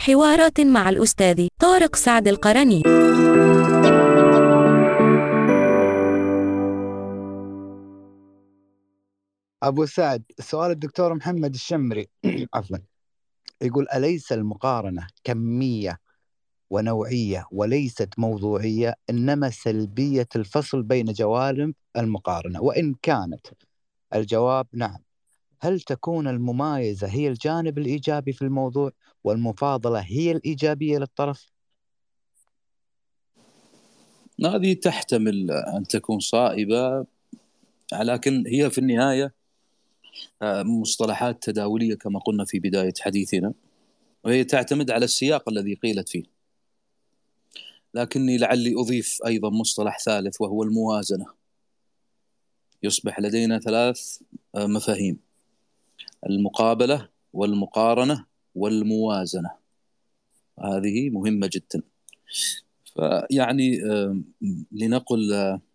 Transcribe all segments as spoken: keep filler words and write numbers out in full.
حوارات مع الأستاذ طارق سعد القرني. أبو سعد، سؤال الدكتور محمد الشمري عفوا، يقول: أليس المقارنة كمية ونوعية وليست موضوعية، إنما سلبية الفصل بين جوانب المقارنة؟ وإن كانت الجواب نعم، هل تكون الممايزة هي الجانب الإيجابي في الموضوع والمفاضلة هي الإيجابية للطرف؟ هذه تحتمل أن تكون صائبة، لكن هي في النهاية مصطلحات تداولية كما قلنا في بداية حديثنا، وهي تعتمد على السياق الذي قيلت فيه. لكني لعلي أضيف أيضا مصطلح ثالث وهو الموازنة. يصبح لدينا ثلاث مفاهيم: المقابلة والمقارنة والموازنة. هذه مهمة جدا. فيعني لنقل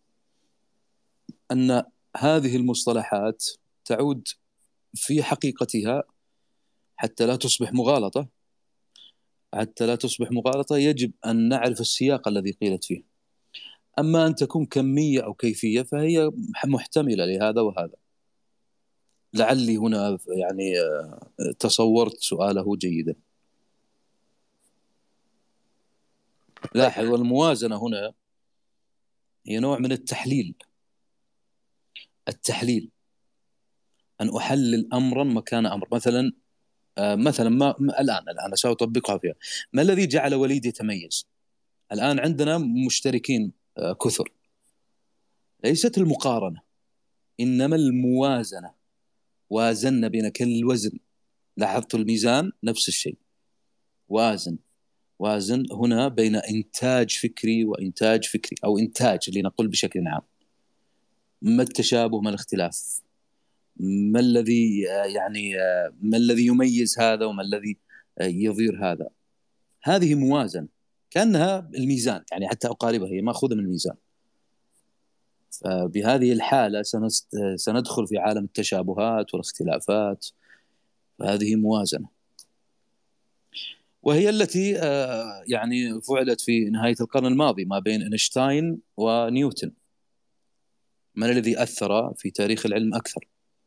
أن هذه المصطلحات تعود في حقيقتها حتى لا تصبح مغالطة حتى لا تصبح مغالطة يجب أن نعرف السياق الذي قيلت فيه. أما أن تكون كمية أو كيفية فهي محتملة لهذا وهذا. لعلي هنا يعني تصورت سؤاله جيدا. لاحظ، والموازنة هنا هي نوع من التحليل. التحليل أن أحلل أمرا مكان أمر. مثلا مثلا ما الآن الآن سأطبقها فيها. ما الذي جعل وليد يتميز؟ الآن عندنا مشتركين كثر. ليست المقارنة إنما الموازنة. وازن بين كل وزن. لاحظت الميزان نفس الشيء. وازن وازن هنا بين إنتاج فكري وإنتاج فكري، أو إنتاج لنقول بشكل عام. ما التشابه ما الاختلاف؟ ما الذي يعني ما الذي يميز هذا وما الذي يضير هذا؟ هذه موازنة كأنها الميزان، يعني حتى أقاربها هي مأخوذة من الميزان. فبهذه الحالة سندخل في عالم التشابهات والاختلافات. فهذه موازنة، وهي التي يعني فعلت في نهاية القرن الماضي ما بين أينشتاين ونيوتن. من الذي أثر في تاريخ العلم أكثر؟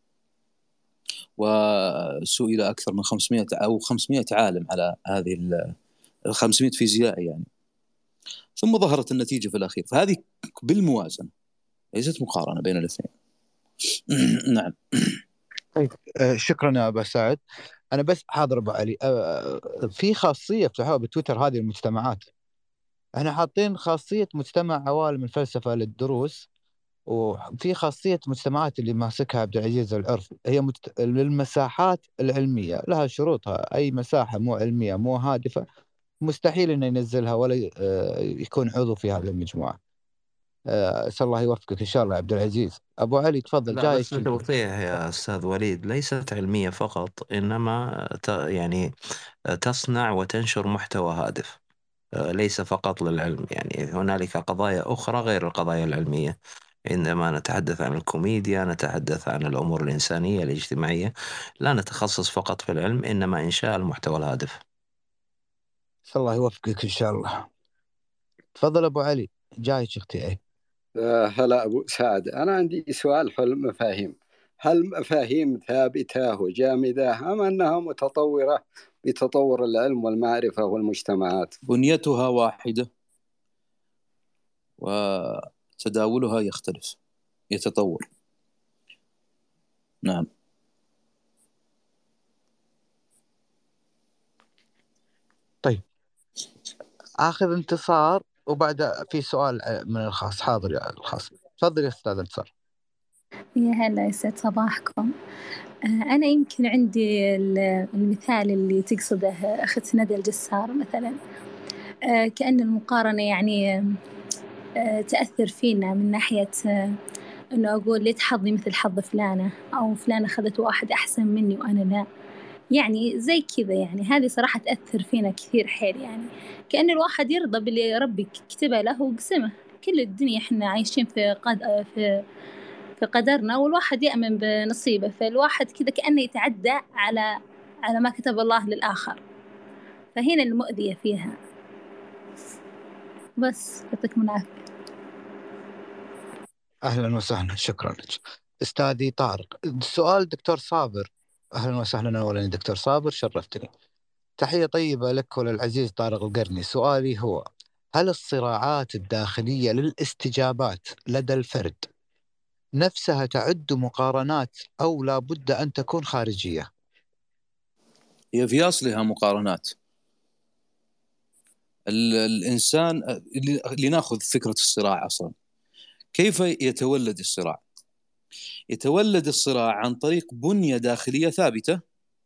وسئل أكثر من خمسمائة أو خمسمائة عالم على هذه ال خمسمائة فيزيائي يعني. ثم ظهرت النتيجة في الأخير. فهذه بالموازنة، ليست مقارنة بين الاثنين. نعم. طيب، آه شكرا يا أبو سعد. أنا بس حاضر أبو علي. آه في خاصية فتحوها بتويتر، هذه المجتمعات احنا حاطين خاصية مجتمع عوالم الفلسفة للدروس، وفي خاصية مجتمعات اللي ماسكها عبد العزيز العرف، هي مجت... للمساحات العلمية لها شروطها. أي مساحة مو علمية مو هادفة مستحيل إنه ينزلها ولا آه، يكون عضو في هذه المجموعة. آه، أسأل الله يوفقك إن شاء الله يا عبد العزيز. أبو علي تفضل، لا جايك بس أنت. لتوضيح يا أستاذ وليد، ليست علمية فقط، إنما ت- يعني تصنع وتنشر محتوى هادف، آه، ليس فقط للعلم. يعني هنالك قضايا أخرى غير القضايا العلمية. عندما نتحدث عن الكوميديا نتحدث عن الأمور الإنسانية الاجتماعية، لا نتخصص فقط في العلم إنما إنشاء المحتوى الهادف. أسأل الله يوفقك إن شاء الله. تفضل أبو علي، جايك أختي. أي آه، هلا أبو سعد، أنا عندي سؤال حول مفاهيم. هل مفاهيم ثابتة وجامدة أم أنها متطورة بتطور العلم والمعرفة والمجتمعات؟ بنيتها واحدة وتداولها يختلف، يتطور. نعم. طيب، آخذ انتصار وبعد في سؤال من الخاص. حاضر يا الخاص، تفضل يا أستاذ انتصار. يا هلا، يسعد صباحكم. آه، أنا يمكن عندي ال- المثال اللي تقصده أخت ندى الجسار مثلا. آه، كأن المقارنة يعني آه، تأثر فينا من ناحية آه، إنه أقول ليت حظي مثل حظ فلانة، أو فلانة أخذت واحد أحسن مني وأنا لا. يعني زي كذا، يعني هذه صراحة تأثر فينا كثير حيل. يعني كأن الواحد يرضى باللي ربي كتبه له وقسمه. كل الدنيا إحنا عايشين في قد في في قدرنا، والواحد يأمن بنصيبه. فالواحد كذا كأنه يتعدى على على ما كتب الله للآخر. فهنا المؤذية فيها. بس يعطيكم العافية. أهلا وسهلا، شكرا لك أستاذي طارق. السؤال دكتور صابر. أهلا وسهلا أولا دكتور صابر، شرفتني. تحية طيبة لك وللعزيز طارق القرني. سؤالي هو: هل الصراعات الداخلية للاستجابات لدى الفرد نفسها تعد مقارنات أو لا بد أن تكون خارجية؟ هي في أصلها مقارنات. الإنسان، لنأخذ فكرة الصراع أصلا. كيف يتولد الصراع؟ يتولد الصراع عن طريق بنية داخلية ثابتة،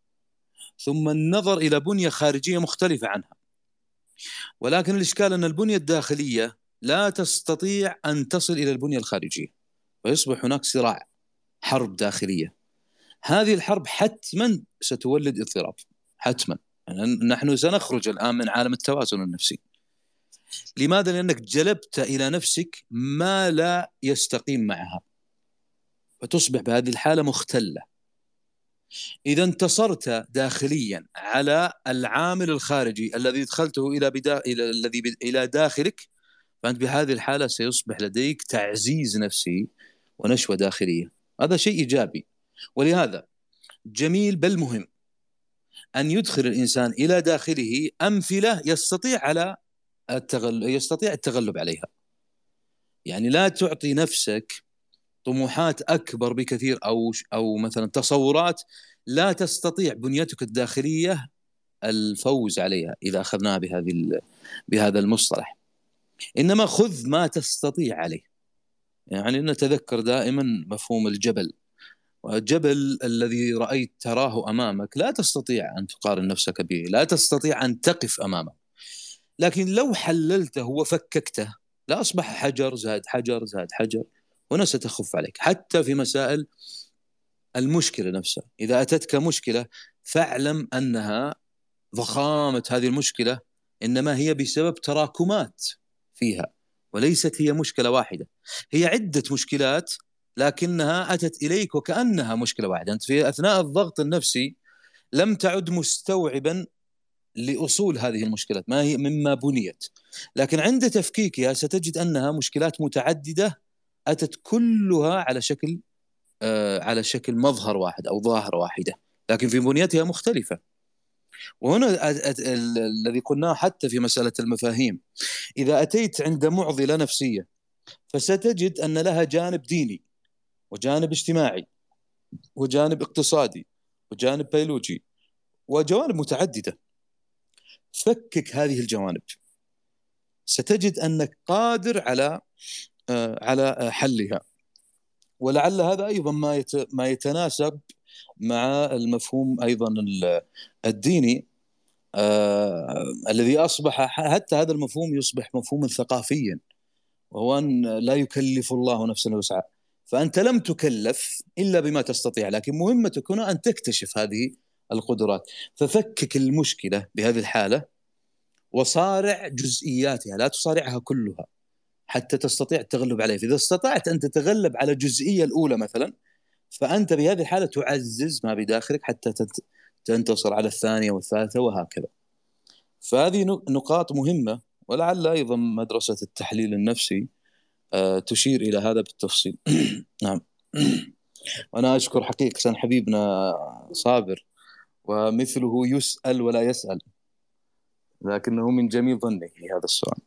ثم النظر إلى بنية خارجية مختلفة عنها. ولكن الإشكال أن البنية الداخلية لا تستطيع أن تصل إلى البنية الخارجية، ويصبح هناك صراع، حرب داخلية. هذه الحرب حتما ستولد اضطراب، حتما. يعني نحن سنخرج الآن من عالم التوازن النفسي. لماذا؟ لأنك جلبت إلى نفسك ما لا يستقيم معها، فتصبح بهذه الحالة مختلة. إذا انتصرت داخليا على العامل الخارجي الذي دخلته إلى بدا... إلى الذي ب... إلى داخلك، فأنت بهذه الحالة سيصبح لديك تعزيز نفسي ونشوة داخلية. هذا شيء إيجابي. ولهذا جميل بل مهم أن يدخل الإنسان إلى داخله أمثلة يستطيع على التغلب يستطيع التغلب عليها. يعني لا تعطي نفسك طموحات أكبر بكثير أو أو مثلا تصورات لا تستطيع بنيتك الداخلية الفوز عليها، إذا أخذناها بهذه بهذا المصطلح. إنما خذ ما تستطيع عليه. يعني نتذكر دائما مفهوم الجبل. والجبل الذي رأيت تراه أمامك لا تستطيع أن تقارن نفسك به، لا تستطيع أن تقف أمامه. لكن لو حللته وفككته لا أصبح حجر زاد حجر زاد حجر، هنا ستخف عليك. حتى في مسائل المشكلة نفسها، إذا أتتك مشكلة فاعلم أنها ضخامة هذه المشكلة إنما هي بسبب تراكمات فيها، وليست هي مشكلة واحدة. هي عدة مشكلات لكنها أتت إليك وكأنها مشكلة واحدة. أنت في أثناء الضغط النفسي لم تعد مستوعبا لأصول هذه المشكلات ما هي مما بنيت، لكن عند تفكيكها ستجد أنها مشكلات متعددة أتت كلها على شكل آه على شكل مظهر واحد أو ظاهرة واحدة، لكن في بنيتها مختلفة. وهنا الذي قلناه حتى في مسألة المفاهيم، إذا أتيت عند معضلة نفسية فستجد أن لها جانب ديني وجانب اجتماعي وجانب اقتصادي وجانب بيولوجي وجوانب متعددة. فكك هذه الجوانب ستجد أنك قادر على آه على حلها. ولعل هذا أيضا ما ما يتناسب مع المفهوم أيضا الديني آه الذي أصبح حتى هذا المفهوم يصبح مفهوما ثقافيا، وهو أن لا يكلف الله نفسا وسعها. فأنت لم تكلف إلا بما تستطيع، لكن مهمتك هنا أن تكتشف هذه القدرات. ففكك المشكلة بهذه الحالة وصارع جزئياتها، لا تصارعها كلها حتى تستطيع التغلب عليها. فإذا استطعت أن تتغلب على الجزئية الأولى مثلا، فأنت بهذه الحالة تعزز ما بداخلك حتى تنتصر على الثانية والثالثة وهكذا. فهذه نقاط مهمة، ولعل أيضا مدرسة التحليل النفسي تشير إلى هذا بالتفصيل. نعم. وأنا أشكر حقيقة حبيبنا صابر، ومثله يسأل ولا يسأل، لكنه من جميل ظني في هذا السؤال.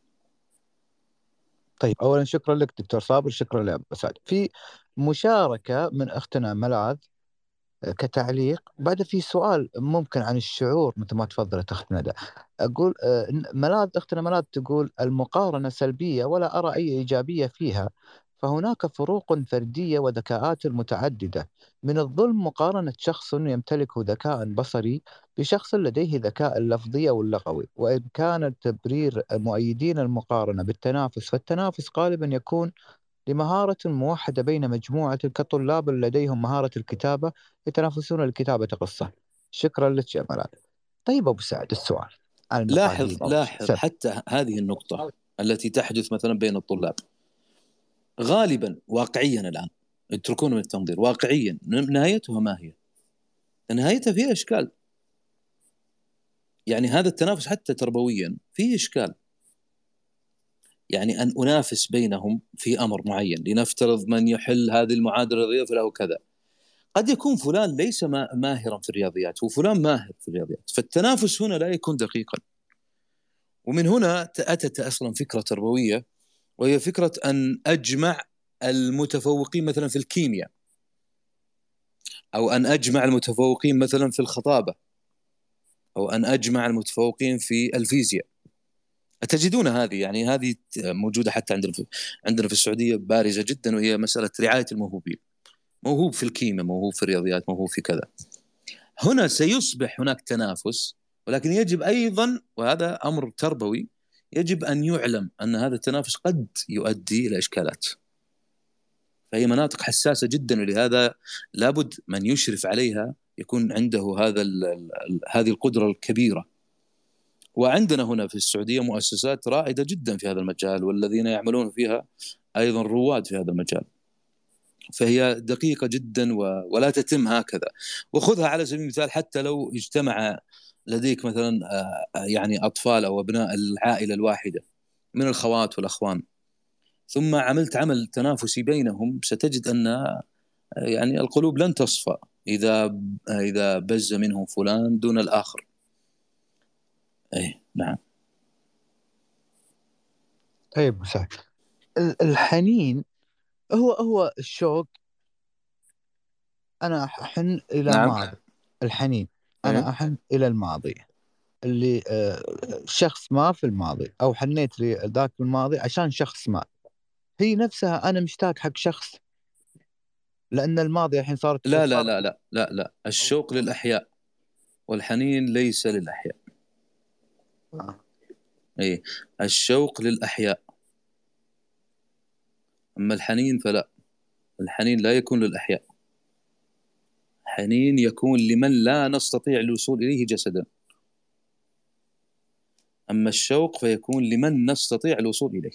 طيب، أولا شكرا لك دكتور صابر، شكرا لأبو سعد. في مشاركة من أختنا ملاذ كتعليق، بعد في سؤال ممكن عن الشعور مثل ما تفضلت أخت ندى. أقول ملاذ، أختنا ملاذ تقول: المقارنة سلبية ولا أرى أي إيجابية فيها، فهناك فروق فردية وذكاءات متعددة. من الظلم مقارنة شخص يمتلك ذكاء بصري بشخص لديه ذكاء لفظي أو اللغوي. وإن كان تبرير مؤيدين المقارنة بالتنافس، فالتنافس غالبا يكون لمهارة موحدة بين مجموعة كطلاب لديهم مهارة الكتابة يتنافسون لكتابة قصة. شكرا لك يا ملاذ. طيب أبو سعد، السؤال عن لاحظ لاحظ حتى هذه النقطة التي تحدث مثلا بين الطلاب غالبا واقعيا الآن يتركون من التنظير. واقعيا نهايتها ما هي؟ نهايتها فيها إشكال. يعني هذا التنافس حتى تربويا فيه إشكال. يعني أن أنافس بينهم في أمر معين، لنفترض من يحل هذه المعادلة الرياضية فله كذا، قد يكون فلان ليس ماهرا في الرياضيات وفلان ماهر في الرياضيات، فالتنافس هنا لا يكون دقيقا. ومن هنا أتت أصلا فكرة تربوية، وهي فكرة أن أجمع المتفوقين مثلا في الكيمياء، أو أن أجمع المتفوقين مثلا في الخطابة، أو أن أجمع المتفوقين في الفيزياء. تجدون هذه يعني هذه موجودة حتى عندنا في عندنا في السعودية بارزة جدا، وهي مسألة رعاية الموهوبين، موهوب في الكيمياء، موهوب في الرياضيات، موهوب في كذا. هنا سيصبح هناك تنافس، ولكن يجب أيضا، وهذا أمر تربوي، يجب أن يعلم أن هذا التنافس قد يؤدي إلى إشكالات، فهي مناطق حساسة جدا، ولهذا لابد من يشرف عليها يكون عنده هذا هذه القدرة الكبيرة. وعندنا هنا في السعودية مؤسسات رائدة جدا في هذا المجال، والذين يعملون فيها أيضا رواد في هذا المجال، فهي دقيقة جدا ولا تتم هكذا. وخذها على سبيل المثال، حتى لو اجتمع لديك مثلا يعني أطفال أو أبناء العائلة الواحدة من الخوات والأخوان، ثم عملت عمل تنافسي بينهم، ستجد أن يعني القلوب لن تصفى إذا إذا بز منهم فلان دون الآخر. أي نعم. طيب مساء. الحنين هو هو الشوق. أنا أحن إلى نعم. ماضي. الحنين أنا أي. أحن إلى الماضي، اللي آه شخص ما في الماضي، أو حنيت لذاك الماضي عشان شخص ما. هي نفسها أنا مشتاق حق شخص، لأن الماضي الحين صارت لا لا صار لا لا لا لا الشوق للأحياء والحنين ليس للأحياء. آه. أي الشوق للأحياء، أما الحنين فلا، الحنين لا يكون للأحياء، حنين يكون لمن لا نستطيع الوصول إليه جسدا، أما الشوق فيكون لمن نستطيع الوصول إليه.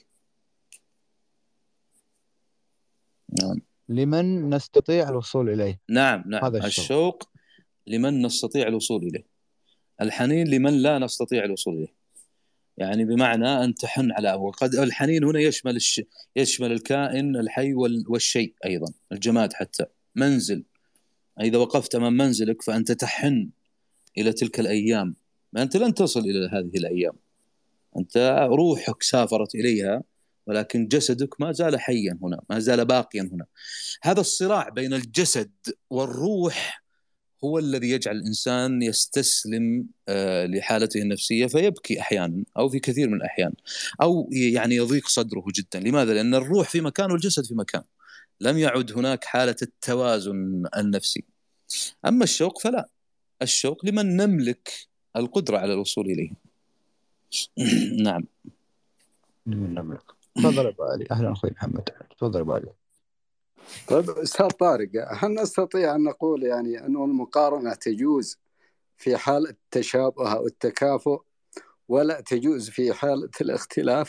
نعم لمن نستطيع الوصول إليه. نعم نعم هذا الشوق. الشوق لمن نستطيع الوصول إليه، الحنين لمن لا نستطيع الوصول إليه. يعني بمعنى أن تحن على، وقد الحنين هنا يشمل الش... يشمل الكائن الحي وال... والشيء أيضا، الجماد حتى. منزل، إذا وقفت أمام منزلك فأنت تحن إلى تلك الأيام، ما أنت لن تصل إلى هذه الأيام، أنت روحك سافرت إليها، ولكن جسدك ما زال حيا هنا، ما زال باقيا هنا. هذا الصراع بين الجسد والروح هو الذي يجعل الإنسان يستسلم آه لحالته النفسية فيبكي أحيانا، أو في كثير من الأحيان، أو يعني يضيق صدره جدا. لماذا؟ لأن الروح في مكان والجسد في مكان، لم يعد هناك حالة التوازن النفسي. أما الشوق فلا، الشوق لمن نملك القدرة على الوصول إليه. نعم. نملك. تفضل أبو علي. أهلا أخوي محمد. تفضل أبو علي. طيب أستاذ طارق، هل نستطيع أن نقول يعني أن المقارنة تجوز في حالة التشابه أو التكافؤ، ولا تجوز في حالة الاختلاف؟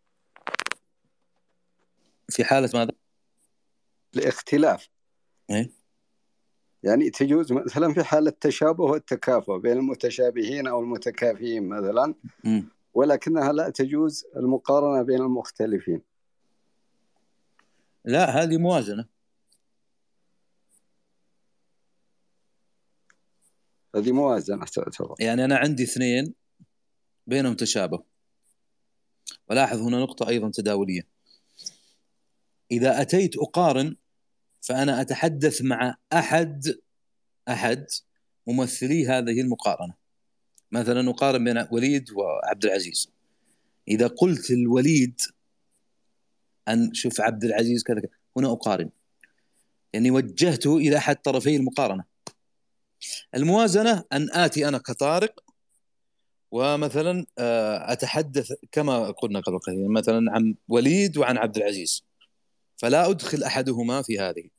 في حالة ماذا؟ الاختلاف. إيه؟ يعني تجوز مثلا في حالة التشابه والتكافؤ بين المتشابهين أو المتكافئين مثلا، م. ولكنها لا تجوز المقارنة بين المختلفين. لا، هذه موازنة. هذه موازنة تعتبر. يعني أنا عندي اثنين بينهم تشابه، ولاحظ هنا نقطة أيضا تداولية. إذا أتيت أقارن فأنا أتحدث مع أحد أحد ممثلي هذه المقارنة. مثلا أقارن بين وليد وعبد العزيز، إذا قلت الوليد أن شوف عبد العزيز كذا كذا، هنا أقارن، يعني وجهته إلى أحد طرفي المقارنة. الموازنة أن آتي أنا كطارق ومثلا أتحدث كما قلنا قبل قليل مثلا عن وليد وعن عبد العزيز، فلا أدخل أحدهما في هذه.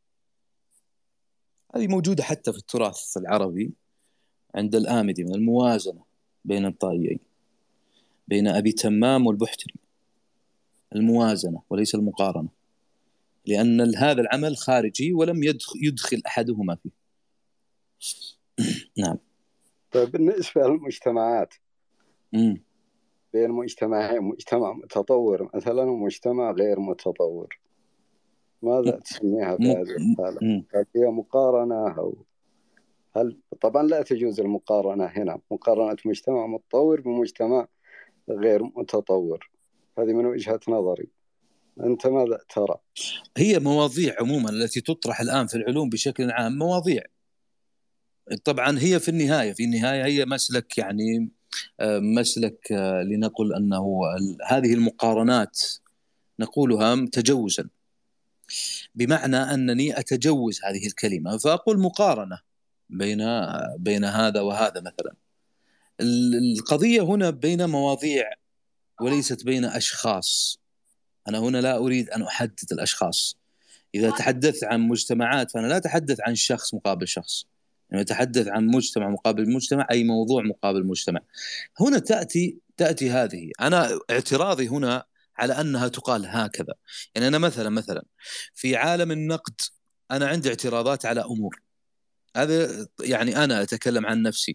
هذه موجودة حتى في التراث العربي عند الآمدي من الموازنة بين الطائيين، بين أبي تمام والبحتري، الموازنة وليس المقارنة، لأن هذا العمل خارجي ولم يدخل, يدخل أحدهما فيه. نعم. طيب بالنسبة للمجتمعات، مم. بين مجتمعين، مجتمع متطور مثلا ومجتمع غير متطور، ماذا تسميها في م- هذه الحالة؟ م- هل هي مقارنة أو هل طبعا لا تجوز المقارنة هنا، مقارنة مجتمع متطور بمجتمع غير متطور، هذه من وجهة نظري، أنت ماذا ترى؟ هي مواضيع عموما التي تطرح الآن في العلوم بشكل عام مواضيع، طبعا هي في النهاية في النهاية هي مسلك، يعني آه، مسلك آه، لنقل أنه ال- هذه المقارنات نقولها تجوزا، بمعنى أنني أتجوز هذه الكلمة فأقول مقارنة بين بين هذا وهذا مثلا. ال- القضية هنا بين مواضيع وليست بين أشخاص. أنا هنا لا أريد أن أحدد الأشخاص. إذا تحدثت عن مجتمعات فأنا لا أتحدث عن شخص مقابل شخص، أنا أتحدث عن مجتمع مقابل مجتمع، أي موضوع مقابل مجتمع. هنا تأتي تأتي هذه، أنا اعتراضي هنا على أنها تقال هكذا. يعني أنا مثلا مثلا في عالم النقد أنا عندي اعتراضات على أمور، هذا يعني أنا أتكلم عن نفسي،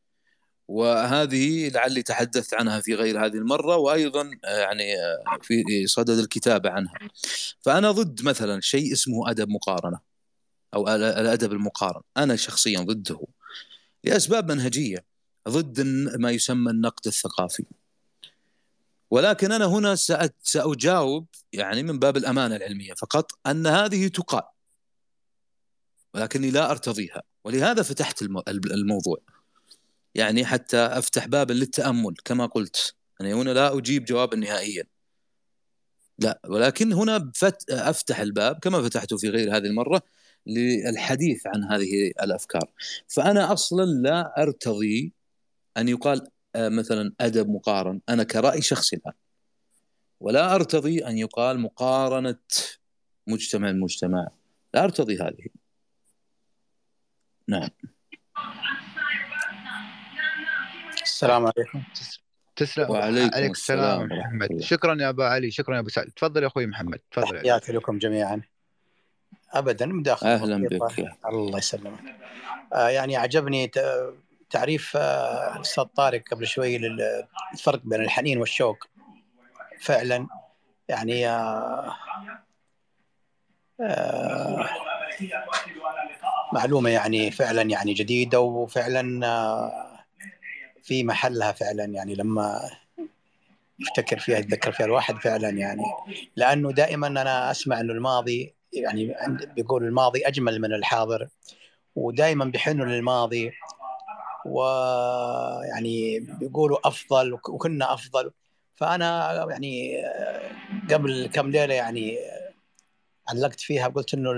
وهذه لعلي تحدثت عنها في غير هذه المرة، وأيضا يعني في صدد الكتابة عنها. فأنا ضد مثلا شيء اسمه أدب مقارنة أو الأدب المقارن، أنا شخصيا ضده لأسباب منهجية، ضد ما يسمى النقد الثقافي. ولكن أنا هنا سأجاوب يعني من باب الأمانة العلمية فقط أن هذه تقال، ولكني لا أرتضيها، ولهذا فتحت الموضوع يعني حتى أفتح بابا للتأمل. كما قلت أنا هنا لا أجيب جوابا نهائيا، لا، ولكن هنا أفتح الباب كما فتحته في غير هذه المرة للحديث عن هذه الأفكار. فأنا أصلا لا أرتضي أن يقال مثلا أدب مقارن، أنا كرأي شخصي الآن، ولا أرتضي أن يقال مقارنة مجتمع المجتمع، لا أرتضي هذه. نعم. السلام عليكم. تسلم. وعليكم عليك السلام السلام محمد. الله. شكرا يا أبا علي، شكرا يا أبو سعد. تفضل يا أخوي محمد، تفضل. تحياتي لكم جميعا. أبدا مداخلة أهلا بك يا. الله يسلمك. آه يعني عجبني تعريف الأستاذ آه طارق قبل شوي للفرق بين الحنين والشوق. فعلا يعني آه آه معلومة يعني فعلا يعني جديدة، وفعلا آه في محلها فعلا، يعني لما يفتكر فيها يتذكر فيها الواحد فعلا، يعني لأنه دائما أنا أسمع أنه الماضي يعني بيقول الماضي أجمل من الحاضر، ودائما بيحنوا للماضي، ويعني بيقولوا أفضل وكنا أفضل. فأنا يعني قبل كم ليلة يعني علقت فيها، قلت أنه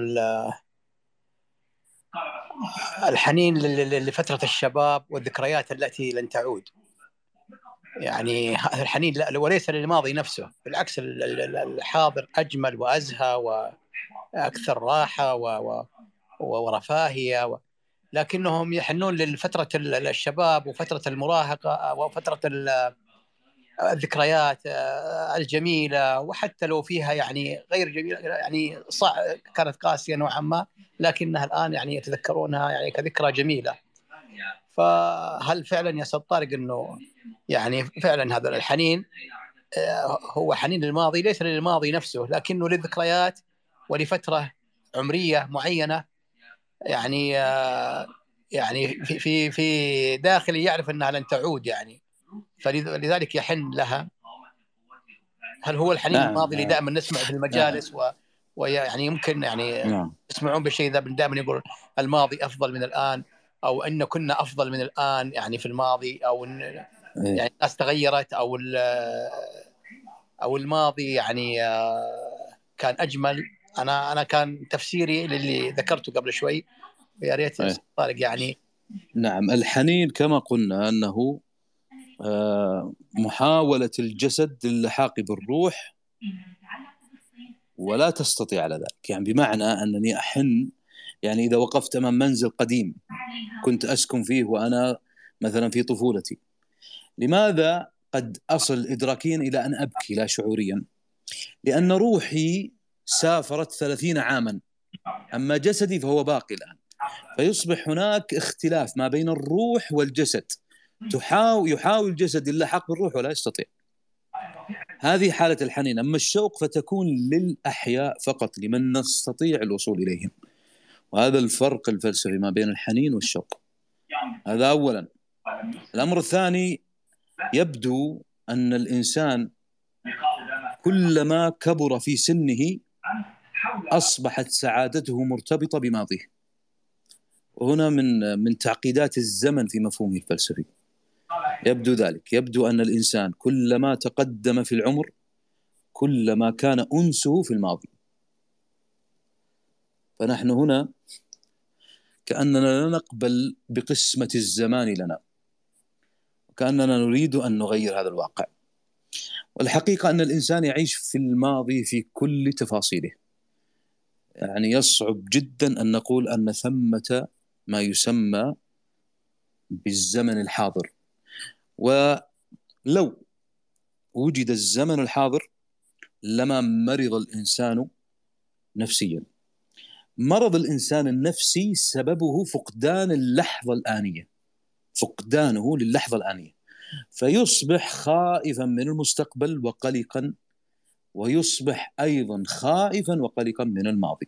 الحنين لفترة الشباب والذكريات التي لن تعود، يعني الحنين لا وليس للماضي نفسه، بالعكس الحاضر أجمل وأزهى وأكثر راحة ورفاهية، لكنهم يحنون لفترة الشباب وفترة المراهقة وفترة الذكريات الجميلة، وحتى لو فيها يعني غير جميلة، يعني صح كانت قاسية نوعا ما، لكنها الآن يعني يتذكرونها يعني كذكرى جميلة. فهل فعلا يا أستاذ طارق أنه يعني فعلا هذا الحنين هو حنين للماضي، ليس للماضي نفسه لكنه للذكريات ولفترة عمرية معينة، يعني يعني في في في داخلي يعرف أنها لن تعود، يعني فلذلك يحن لها. هل هو الحنين نعم الماضي اللي نعم. دائما نسمعه في المجالس نعم. ويعني يمكن يعني نعم. يسمعون بالشيء ذا دائما يقول الماضي أفضل من الآن، أو أن كنا أفضل من الآن يعني في الماضي، أو إن يعني الناس تغيرت، أو أو الماضي يعني كان أجمل. أنا أنا كان تفسيري للي ذكرته قبل شوي، يا ريت طارق يعني. نعم، الحنين كما قلنا أنه محاولة الجسد للحاق بالروح ولا تستطيع على ذلك، يعني بمعنى أنني أحن، يعني إذا وقفت أمام منزل قديم كنت أسكن فيه وأنا مثلا في طفولتي، لماذا قد أصل إدراكيا إلى أن أبكي لا شعوريا؟ لأن روحي سافرت ثلاثين عاما، أما جسدي فهو باقي الآن. فيصبح هناك اختلاف ما بين الروح والجسد، تحاول يحاول الجسد اللحاق بالروح ولا يستطيع. هذه حالة الحنين. أما الشوق فتكون للأحياء فقط، لمن نستطيع الوصول إليهم. وهذا الفرق الفلسفي ما بين الحنين والشوق. هذا أولا. الأمر الثاني، يبدو أن الإنسان كلما كبر في سنه أصبحت سعادته مرتبطة بماضيه. وهنا من من تعقيدات الزمن في مفهومه الفلسفي يبدو ذلك. يبدو أن الإنسان كلما تقدم في العمر كلما كان أنسه في الماضي. فنحن هنا كأننا لا نقبل بقسمة الزمان لنا، وكأننا نريد أن نغير هذا الواقع. والحقيقة أن الإنسان يعيش في الماضي في كل تفاصيله. يعني يصعب جدا أن نقول أن ثمة ما يسمى بالزمن الحاضر. ولو وجد الزمن الحاضر لما مرض الإنسان نفسيا. مرض الإنسان النفسي سببه فقدان اللحظة الآنية، فقدانه للحظة الآنية، فيصبح خائفا من المستقبل وقلقا، ويصبح أيضا خائفا وقلقا من الماضي.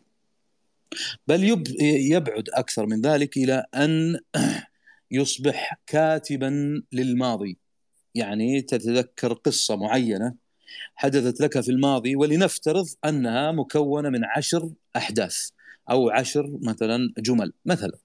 بل يبعد أكثر من ذلك إلى أن يصبح كاتبا للماضي. يعني تتذكر قصة معينة حدثت لك في الماضي، ولنفترض أنها مكونة من عشر أحداث أو عشر مثلا جمل مثلا،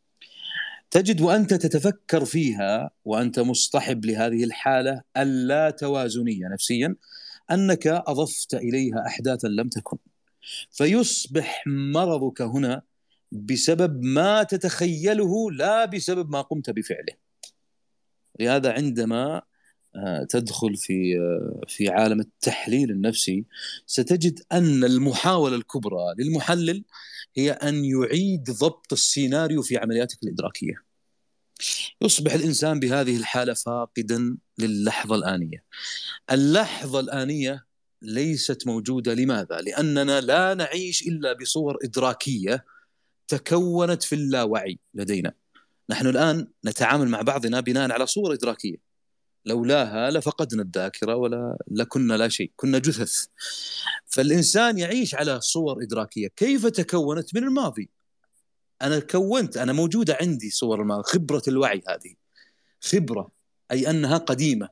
تجد وأنت تتفكر فيها وأنت مصطحب لهذه الحالة اللا توازنية نفسيا أنك أضفت إليها أحداثا لم تكن، فيصبح مرضك هنا بسبب ما تتخيله لا بسبب ما قمت بفعله. لهذا عندما تدخل في في عالم التحليل النفسي ستجد أن المحاولة الكبرى للمحلل هي أن يعيد ضبط السيناريو في عملياتك الإدراكية. يصبح الإنسان بهذه الحالة فاقدا للحظة الآنية. اللحظة الآنية ليست موجودة. لماذا؟ لأننا لا نعيش إلا بصور إدراكية تكونت في اللاوعي لدينا. نحن الآن نتعامل مع بعضنا بناء على صور إدراكية، لولاها لفقدنا الذاكرة ولا لكنا لا شيء، كنا جثث. فالإنسان يعيش على صور إدراكية. كيف تكونت؟ من الماضي. أنا كونت، أنا موجودة عندي صور الماضي، خبرة الوعي هذه خبرة، أي أنها قديمة.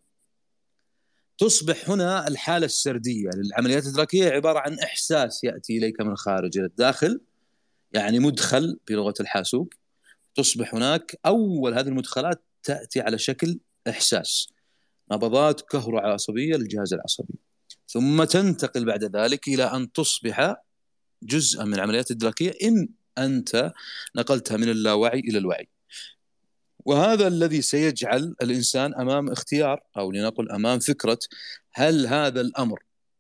تصبح هنا الحالة السردية للعمليات الإدراكية عبارة عن إحساس يأتي إليك من الخارج إلى الداخل، يعني مدخل بلغة الحاسوب. تصبح هناك أول هذه المدخلات تأتي على شكل إحساس، نبضات كهروعصبية للجهاز العصبي، ثم تنتقل بعد ذلك إلى أن تصبح جزءا من العمليات الإدراكية إن أنت نقلتها من اللاوعي إلى الوعي. وهذا الذي سيجعل الإنسان أمام اختيار، أو لنقل أمام فكرة، هل هذا الأمر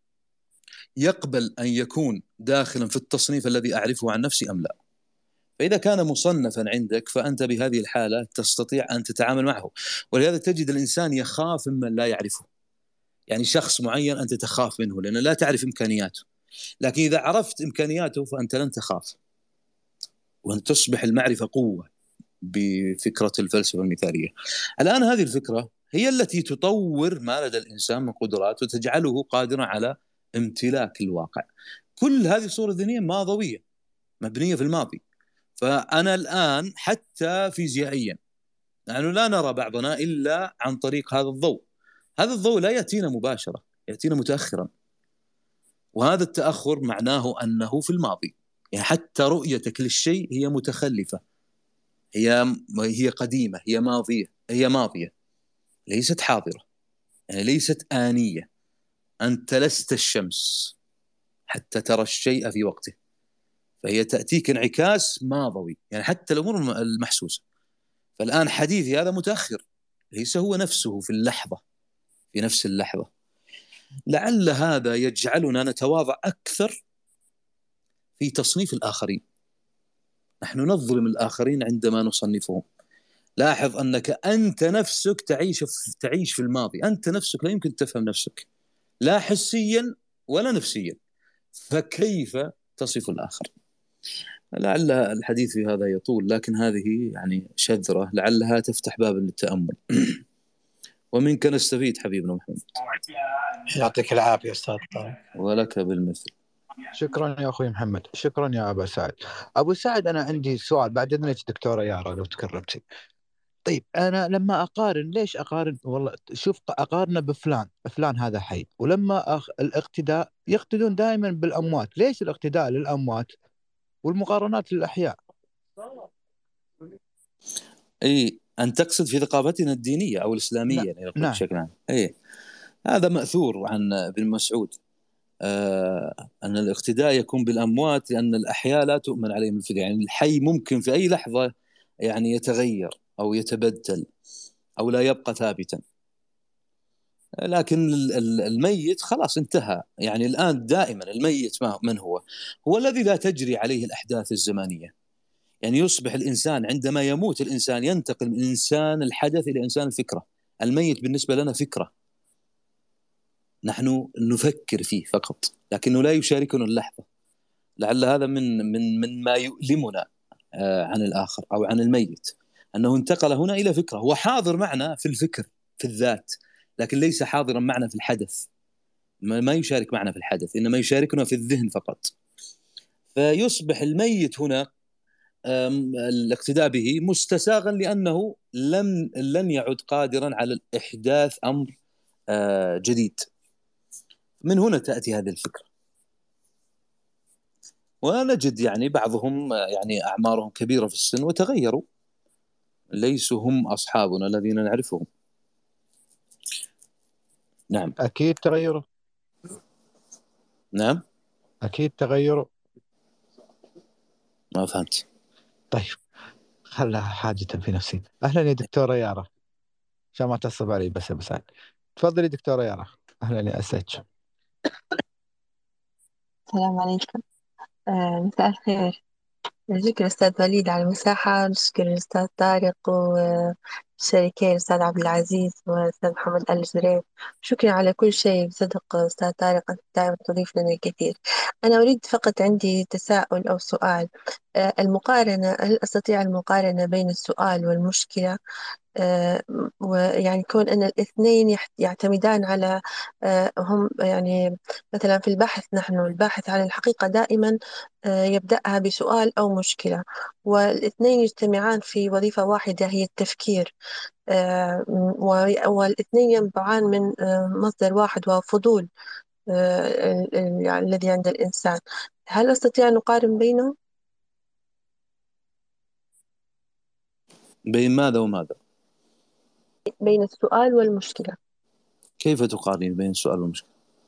يقبل أن يكون داخلا في التصنيف الذي أعرفه عن نفسي أم لا. فإذا كان مصنفا عندك فأنت بهذه الحالة تستطيع أن تتعامل معه. ولهذا تجد الإنسان يخاف ممن لا يعرفه. يعني شخص معين أنت تخاف منه لأن لا تعرف إمكانياته، لكن إذا عرفت إمكانياته فأنت لن تخاف، وأن تصبح المعرفة قوة بفكرة الفلسفة المثالية. الآن هذه الفكرة هي التي تطور ما لدى الإنسان من قدرات وتجعله قادرا على امتلاك الواقع. كل هذه الصورة الذهنية ماضوية مبنية في الماضي. فأنا الآن حتى فيزيائيا نحن لا نرى بعضنا إلا عن طريق هذا الضوء. هذا الضوء لا يأتينا مباشرة، يأتينا متأخرا، وهذا التأخر معناه أنه في الماضي. يعني حتى رؤيتك للشيء هي متخلفة، هي هي قديمة، هي ماضية، هي ماضية ليست حاضرة، يعني ليست آنية. أنت لست الشمس حتى ترى الشيء في وقته، فهي تأتيك انعكاس ماضوي، يعني حتى الأمور المحسوسة. فالآن حديثي هذا متأخر، ليس هو نفسه في اللحظة، في نفس اللحظة. لعل هذا يجعلنا نتواضع أكثر في تصنيف الآخرين. نحن نظلم الآخرين عندما نصنفهم. لاحظ أنك أنت نفسك تعيش في تعيش في الماضي، أنت نفسك لا يمكن تفهم نفسك لا حسيا ولا نفسيا، فكيف تصف الآخر؟ لعل الحديث في هذا يطول، لكن هذه يعني شذرة لعلها تفتح باب للتأمل. ومنك نستفيد حبيبنا محمد. يعطيك العافية أستاذ طارق. ولك بالمثل. شكرا يا أخوي محمد، شكرا يا أبا سعد. أبو سعد أنا عندي سؤال بعد إذنك دكتورة يارا لو تكرمتي. طيب أنا لما أقارن، ليش أقارن؟ والله شوف أقارنه بفلان، فلان هذا حي، ولما أخ... الاقتداء يقتدون دائما بالأموات، ليش الاقتداء للأموات والمقارنات للأحياء؟ أي أن تقصد في ثقافتنا الدينية أو الإسلامية يعني نعم. بشكل عام. أي هذا مأثور عن ابن مسعود، آه أن الاقتداء يكون بالأموات لأن الأحياء لا تؤمن عليهم الفدية. يعني الحي ممكن في أي لحظة يعني يتغير أو يتبدل أو لا يبقى ثابتا، لكن الميت خلاص انتهى. يعني الآن دائما الميت من هو؟ هو الذي لا تجري عليه الأحداث الزمانية. يعني يصبح الإنسان عندما يموت الإنسان ينتقل من إنسان الحدث إلى إنسان الفكرة. الميت بالنسبة لنا فكرة، نحن نفكر فيه فقط لكنه لا يشاركنا اللحظة. لعل هذا من من من ما يؤلمنا عن الآخر أو عن الميت، أنه انتقل هنا إلى فكرة. هو حاضر معنا في الفكر في الذات، لكن ليس حاضرا معنا في الحدث. ما يشارك معنا في الحدث، إنما يشاركنا في الذهن فقط. فيصبح الميت هنا الاقتداء به مستساغا، لأنه لم لن يعد قادرا على إحداث أمر جديد. من هنا تأتي هذه الفكرة. ونجد يعني بعضهم يعني أعمارهم كبيرة في السن وتغيروا، ليسوا هم أصحابنا الذين نعرفهم. نعم أكيد تغيروا. نعم أكيد تغيروا. ما فهمت. طيب خلها حاجة في نفسي. أهلا يا دكتورة يارا، عشان ما تعصب علي بس يا بسعد. تفضلي دكتورة يارا. أهلا يا أساتش. السلام عليكم. آه، مساء الخير. نشكر الأستاذ وليد على المساحة، نشكر الأستاذ طارق والشريكين الأستاذ عبد العزيز والأستاذ محمد آل جريف. شكرا على كل شيء، بصدق أستاذ طارق أنت دائما تضيف لنا الكثير. أنا أريد فقط عندي تساؤل أو سؤال. آه، المقارنة، هل أستطيع المقارنة بين السؤال والمشكلة؟ آه، ويعني كون أن الاثنين يح- يعتمدان على آه، هم يعني مثلا في البحث، نحن الباحث عن الحقيقة دائما آه، يبدأها بسؤال أو مشكلة، والاثنين يجتمعان في وظيفة واحدة هي التفكير. آه، و- والاثنين ينبعان من آه، مصدر واحد وهو فضول آه، ال- ال- يعني الذي عند الإنسان. هل أستطيع أن أقارن بينهم؟ بين ماذا وماذا؟ بين السؤال والمشكلة. كيف تقارن بين السؤال والمشكلة؟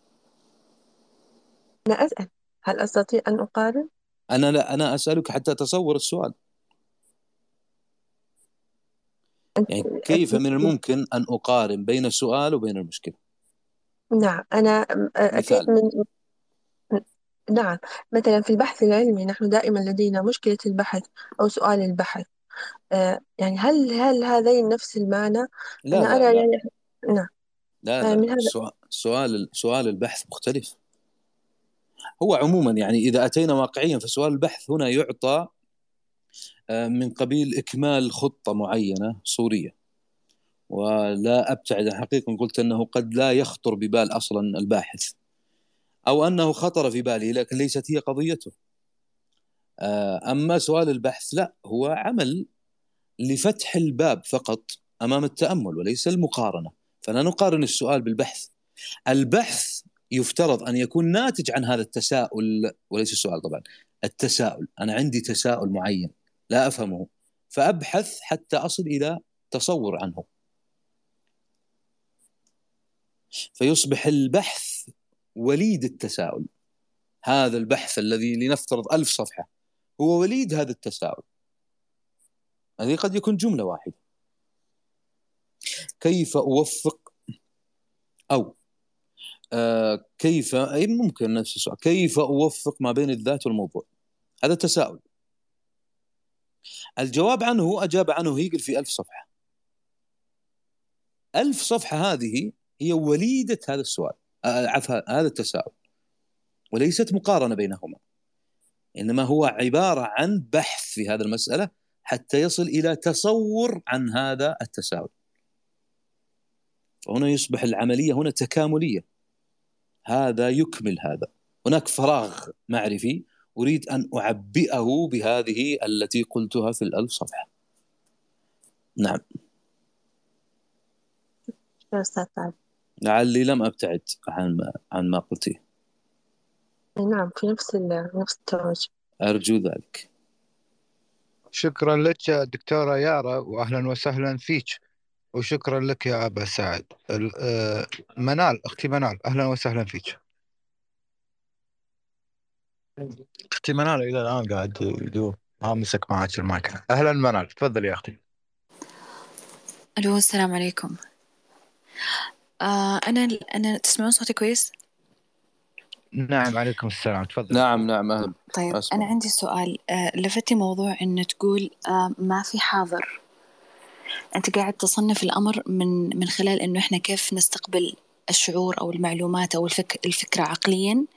أنا أسأل هل أستطيع أن أقارن؟ أنا لا، أنا أسألك حتى أتصور السؤال. يعني كيف من الممكن أن أقارن بين السؤال وبين المشكلة؟ نعم، أنا أتيت مثال. من نعم، مثلا في البحث العلمي نحن دائما لدينا مشكلة البحث أو سؤال البحث. آه يعني هل هل هذين نفس المعنى؟ لا أنا لا أرى لا يعني نعم. لا لا, من لا. هذا سؤال سؤال سؤال البحث مختلف. هو عموما يعني إذا أتينا واقعيا فسؤال البحث هنا يعطى من قبيل إكمال خطة معينة صورية، ولا أبتعد عن حقيقة قلت أنه قد لا يخطر ببال أصلا الباحث، أو أنه خطر في باله لكن ليست هي قضيته. أما سؤال البحث لا، هو عمل لفتح الباب فقط أمام التأمل وليس المقارنة. فلا نقارن السؤال بالبحث. البحث يفترض أن يكون ناتج عن هذا التساؤل وليس السؤال. طبعا التساؤل، أنا عندي تساؤل معين لا أفهمه فأبحث حتى أصل إلى تصور عنه، فيصبح البحث وليد التساؤل. هذا البحث الذي لنفترض ألف صفحة هو وليد هذا التساؤل. هذه قد يكون جملة واحدة. كيف أوفق أو آه كيف أي ممكن نفس السؤال، كيف أوفق ما بين الذات والموضوع؟ هذا تساؤل. الجواب عنه أجاب عنه هيجل في ألف صفحة. ألف صفحة هذه هي وليدة هذا السؤال، آه عفوا هذا التساؤل، وليست مقارنة بينهما. إنما هو عبارة عن بحث في هذه المسألة حتى يصل إلى تصور عن هذا التساؤل. فهنا يصبح العملية هنا تكاملية، هذا يكمل هذا. هناك فراغ معرفي أريد أن أعبئه بهذه التي قلتها في الألف صفحة. نعم. لعلي لم أبتعد عن ما, عن ما قلتيه. نعم، في نفس نفس التوجه. أرجو ذلك. شكرا لك يا دكتورة يارا، وأهلا وسهلا فيك. وشكرا لك يا أبا سعد. منال، أختي منال، أهلا وسهلا فيك. أختي منال إلى الآن قاعد يدور ما مسك معك المايك. أهلا منال، تفضل يا أختي. ألو، السلام عليكم. آه أنا أنا تسمعون صوتي كويس؟ نعم، عليكم السلام، تفضل. نعم نعم أهلا. طيب أسمع. أنا عندي سؤال. آه لفتي موضوع إن تقول آه ما في حاضر. أنت قاعد تصنف الأمر من من خلال إنه إحنا كيف نستقبل الشعور أو المعلومات أو الفك الفكرة عقليا.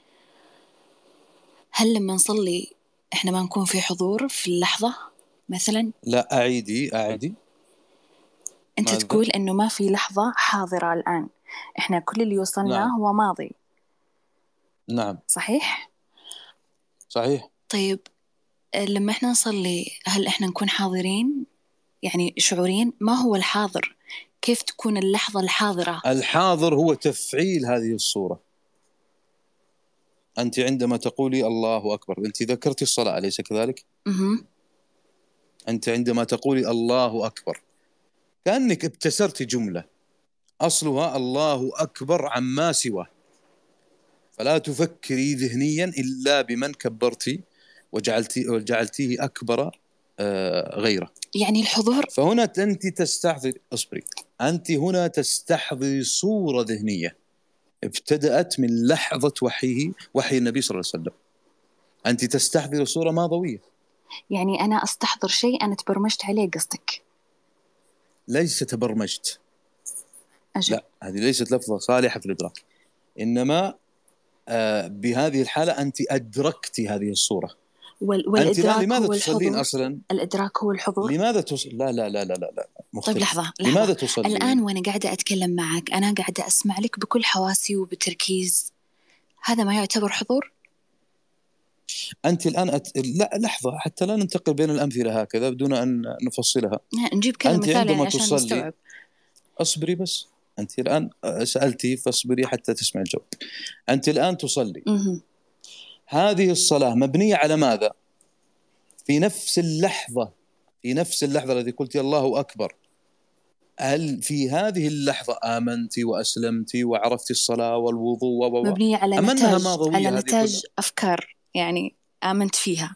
هل لما نصلي إحنا ما نكون في حضور في اللحظة مثلا؟ لا، أعيدي أعيدي. أنت ماذا؟ تقول إنه ما في لحظة حاضرة الآن، إحنا كل اللي وصلنا نعم. هو ماضي. نعم صحيح؟ صحيح. طيب لما إحنا نصلي هل إحنا نكون حاضرين يعني شعورين؟ ما هو الحاضر؟ كيف تكون اللحظة الحاضرة؟ الحاضر هو تفعيل هذه الصورة. أنت عندما تقولي الله أكبر أنت ذكرتي الصلاة، أليس كذلك؟ مه. أنت عندما تقولي الله أكبر كأنك ابتسرت جملة أصلها الله أكبر عما سواه، فلا تفكري ذهنيا إلا بمن كبرتي وجعلتي وجعلتيه أكبر آه غيره. يعني الحضور. فهنا أنت تستحضر أصبري أنت هنا تستحضر صورة ذهنية ابتدأت من لحظة وحيه وحي النبي صلى الله عليه وسلم. أنت تستحضر صورة ماضوية. يعني أنا أستحضر شيء أنا تبرمجت عليه قصدك؟ ليس تبرمجت. أجل. لا، هذه ليست لفظة صالحة في الإدراك، إنما آه بهذه الحالة أنت أدركتي هذه الصورة. وال... والإدراك أنت لماذا هو تصلين الحضور أصلا؟ الإدراك هو الحضور. لماذا تصل؟ لا لا لا لا لا, لا. طيب لحظة, لحظة لماذا تصلين؟ الآن وأنا قاعدة أتكلم معك أنا قاعدة أسمع لك بكل حواسي وبتركيز، هذا ما يعتبر حضور؟ أنت الآن أت... لا لحظة حتى لا ننتقل بين الأمثلة هكذا بدون أن نفصلها. نجيب كذا أنت مثال عندما يعني عشان تصلي نستوعب. أصبري بس، أنت الآن سألتي فاصبري حتى تسمع الجواب. أنت الآن تصلي. م- هذه الصلاة مبنية على ماذا؟ في نفس اللحظة في نفس اللحظة التي قلت الله أكبر، هل في هذه اللحظة آمنتي وأسلمتي وعرفتي الصلاة والوضوء و مبنية على أم أنها نتاج ماضوية؟ على هذه نتاج كلها أفكار يعني آمنت فيها.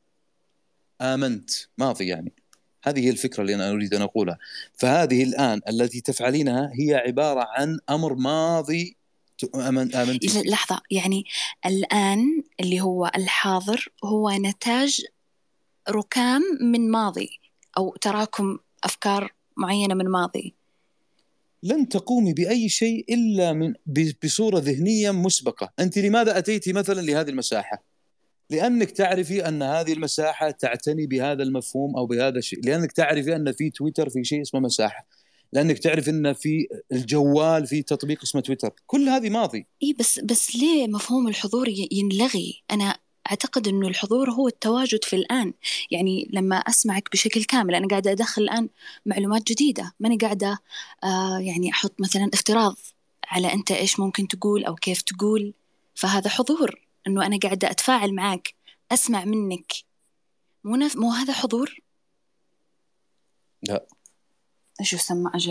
آمنت ماضي، يعني هذه هي الفكرة اللي أنا أريد أن أقولها. فهذه الآن التي تفعلينها هي عبارة عن أمر ماضي آمنت فيه. لحظة، يعني الآن اللي هو الحاضر هو نتاج ركام من ماضي أو تراكم أفكار معينة من ماضي. لن تقومي بأي شيء إلا من بصورة ذهنية مسبقة. أنت لماذا أتيتي مثلا لهذه المساحة؟ لأنك تعرفي أن هذه المساحة تعتني بهذا المفهوم أو بهذا الشيء، لأنك تعرفي أن في تويتر في شيء اسمه مساحة، لأنك تعرف أن في الجوال في تطبيق اسمه تويتر. كل هذه ماضي. إيه بس بس ليه مفهوم الحضور ينلغي؟ أنا أعتقد أنه الحضور هو التواجد في الآن. يعني لما أسمعك بشكل كامل أنا قاعدة أدخل الآن معلومات جديدة، ماني قاعدة آه يعني أحط مثلا افتراض على أنت إيش ممكن تقول أو كيف تقول. فهذا حضور، أنه أنا قاعدة أتفاعل معك أسمع منك. مو, نف... مو هذا حضور؟ لا. إيش يسمى أجل؟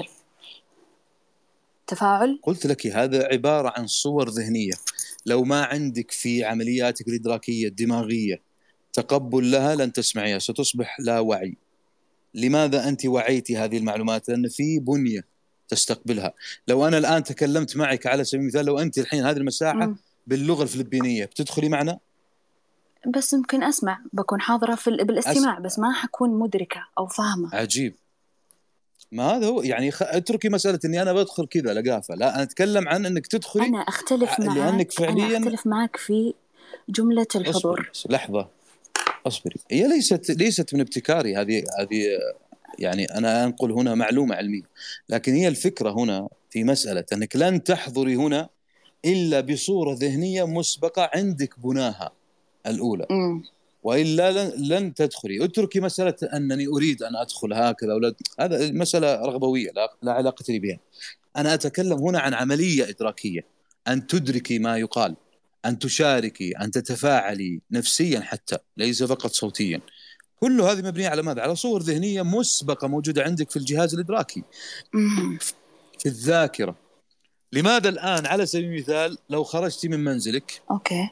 تفاعل؟ قلت لك هذا عبارة عن صور ذهنية. لو ما عندك في عملياتك الإدراكية الدماغية تقبل لها لن تسمعيها، ستصبح لا وعي. لماذا أنت وعيتي هذه المعلومات؟ لأن في بنية تستقبلها. لو أنا الآن تكلمت معك على سبيل المثال، لو أنت الحين هذه المساحة م. باللغة الفلبينية بتدخلي معنا؟ بس ممكن أسمع، بكون حاضرة في بالاستماع، بس ما حكون مدركة أو فاهمة. عجيب. ما هذا هو يعني خ... اتركي مسألة إني أنا بدخل كذا لقافة، لا أنا أتكلم عن إنك تدخلي. أنا أختلف معك لأنك فعليا أنا أختلف معك في جملة الحضور. لحظة اصبري، هي ليست ليست من ابتكاري، هذه هذه يعني انا انقل هنا معلومه علميه، لكن هي الفكره هنا في مساله انك لن تحضري هنا الا بصوره ذهنيه مسبقه عندك بناها الاولى، مم. والا لن, لن تدخلي. اتركي مساله انني اريد ان ادخل هكذا ولا، هذا مساله رغبويه لا, لا علاقه لي بها. انا اتكلم هنا عن عمليه ادراكيه، ان تدركي ما يقال، ان تشاركي، ان تتفاعلي نفسيا حتى ليس فقط صوتيا. كل هذه مبنيه على ماذا؟ على صور ذهنيه مسبقه موجوده عندك في الجهاز الادراكي، مم. في الذاكره. لماذا الان على سبيل المثال لو خرجتي من منزلك اوكي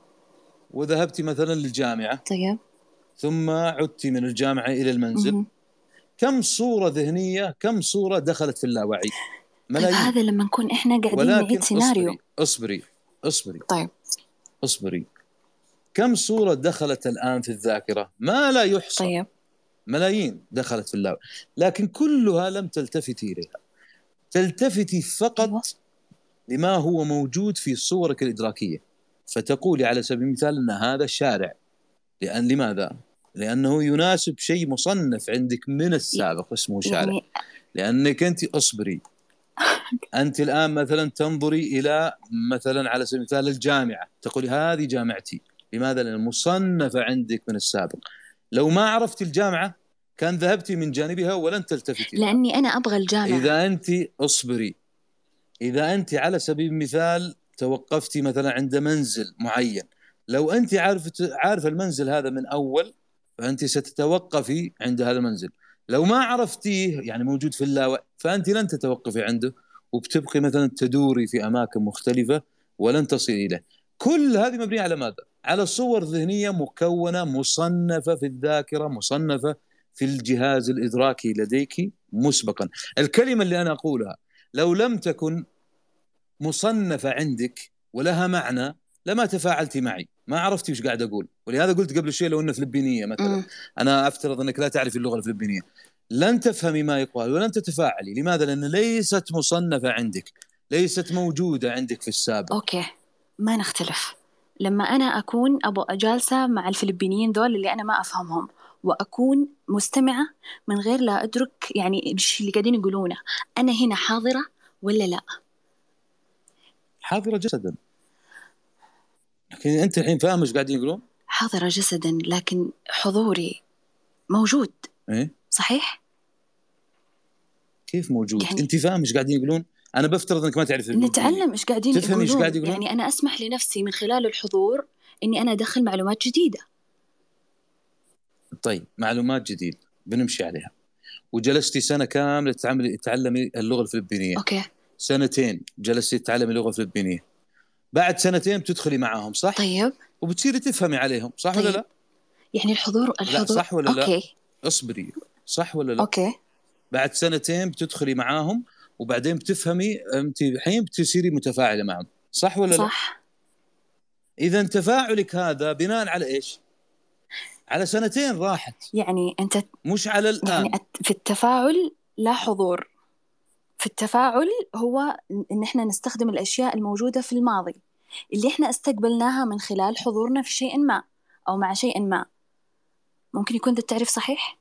وذهبتي مثلا للجامعه، طيب، ثم عدتي من الجامعه الى المنزل، مم. كم صوره ذهنيه، كم صوره دخلت في اللاوعي؟ طيب ملايين. هذا لما نكون احنا قاعدين ولكن نعيد سيناريو. اصبري اصبري اصبري طيب اصبري كم صورة دخلت الآن في الذاكرة؟ ما لا يحصى. طيب ملايين دخلت في اللاوعي، لكن كلها لم تلتفتي إليها، تلتفتي فقط أيوة. لما هو موجود في صورك الإدراكية، فتقولي على سبيل المثال أن هذا شارع. لأن لماذا؟ لأنه يناسب شيء مصنف عندك من السابق اسمه شارع. يعني لأنك أنت أصبري، أنت الآن مثلا تنظري إلى مثلا على سبيل المثال الجامعة، تقولي هذه جامعتي. لماذا؟ لأن مصنفة عندك من السابق. لو ما عرفت الجامعة كان ذهبتي من جانبها ولن تلتفتي لها. لأني أنا أبغى الجامعة. إذا أنت أصبري، إذا أنت على سبيل المثال توقفتي مثلا عند منزل معين، لو أنت عارفة عارفة المنزل هذا من أول، فأنت ستتوقفي عند هذا المنزل. لو ما عرفتيه يعني موجود في اللاوعي، فأنت لن تتوقفي عنده، وبتبقي مثلا تدوري في أماكن مختلفة ولن تصلي إليه. كل هذه مبنية على ماذا؟ على صور ذهنية مكونة مصنفة في الذاكرة، مصنفة في الجهاز الإدراكي لديك مسبقا. الكلمة اللي أنا أقولها لو لم تكن مصنفة عندك ولها معنى لما تفاعلتي معي، ما عرفتي وش قاعد أقول. ولهذا قلت قبل شوي لو أنه فلبينية مثلا، م. أنا أفترض أنك لا تعرف اللغة الفلبينية، لن تفهمي ما يقال ولن تتفاعلي. لماذا؟ لأن ليست مصنفة عندك، ليست موجودة عندك في السابق. أوكي ما نختلف. لما أنا أكون أبو جالسة مع الفلبينيين ذول اللي أنا ما أفهمهم، وأكون مستمعة من غير لا أدرك يعني الشيء اللي قاعدين يقولونه، أنا هنا حاضرة ولا لا؟ حاضرة جسدا، لكن أنت الحين فاهم إيش قاعدين يقولون؟ حاضرة جسدا لكن حضوري موجود. إيه؟ صحيح؟ كيف موجود؟ يعني أنت فاهم إيش قاعدين يقولون؟ أنا بفترض أنك ما تعرف نتعلم إيش قاعدين تفهم إيش يقولون. قاعد يقولون. يعني أنا أسمح لنفسي من خلال الحضور إني أنا أدخل معلومات جديدة. طيب معلومات جديدة بنمشي عليها، وجلستي سنة كاملة تتعلمي اللغة الفلبينية. أوكي. سنتين جلستي تتعلمي اللغة الفلبينية، بعد سنتين بتدخلي معاهم صح؟ طيب. وبتصيري تفهمي عليهم صح طيب. ولا لا؟ يعني الحضور الحضور لا صح ولا لا؟ أوكي. اصبري، صح ولا لا؟ أوكي. بعد سنتين بتدخلي معاهم وبعدين بتفهمي، أنت الحين بتصيري متفاعلة معهم صح ولا لا؟ صح. إذا تفاعلك هذا بناء على إيش؟ على سنتين راحت، يعني أنت مش على الآن. يعني في التفاعل لا حضور، في التفاعل هو إن إحنا نستخدم الأشياء الموجودة في الماضي اللي إحنا استقبلناها من خلال حضورنا في شيء ما أو مع شيء ما. ممكن يكون ذا التعريف صحيح؟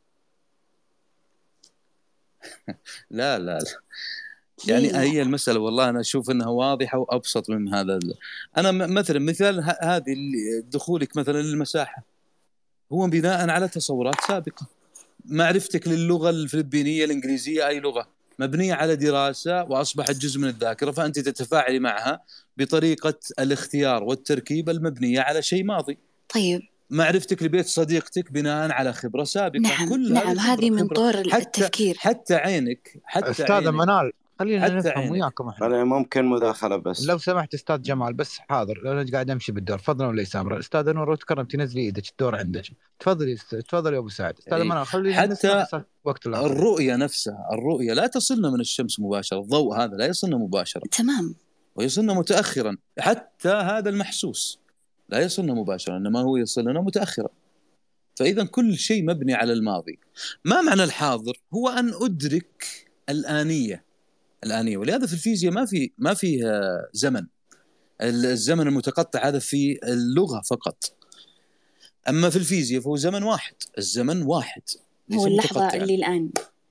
لا لا لا يعني ليه؟ هي المسألة والله أنا أشوف أنها واضحة وأبسط من هذا. أنا مثلا مثال هذه دخولك مثلا للمساحة هو بناء على تصورات سابقة. معرفتك للغة الفلبينية الإنجليزية أي لغة مبنية على دراسة وأصبحت جزء من الذاكرة، فأنت تتفاعلي معها بطريقة الاختيار والتركيب المبنية على شيء ماضي. طيب معرفتك لبيت صديقتك بناء على خبرة سابقة. نعم كل نعم هذه من طور حتى التفكير. حتى عينك حتى أستاذة منال خلينا نفهم عينك. وياكم احنا. أنا ممكن مداخلة بس لو سمحت استاذ جمال بس حاضر، لأن قاعد امشي بالدور. فضلا ولا سامره. استاذ نور تكرم تنزلي ايدك، الدور عندك. تفضلي تفضلي يا ابو سعد. استاذ منال خلينا حتى وقت الآخر. الرؤية نفسها، الرؤية لا تصلنا من الشمس مباشرة، الضوء هذا لا يصلنا مباشرة تمام، ويصلنا متأخرا. حتى هذا المحسوس لا يصلنا مباشرة إنما هو يصلنا متأخرا. فإذا كل شيء مبني على الماضي. ما معنى الحاضر؟ هو أن أدرك الآنية الآنية ولهذا في الفيزياء ما في ما فيه زمن. الزمن المتقطع هذا في اللغة فقط. أما في الفيزياء فهو زمن واحد، الزمن واحد ليس هو اللحظة متقطعا. اللي الآن،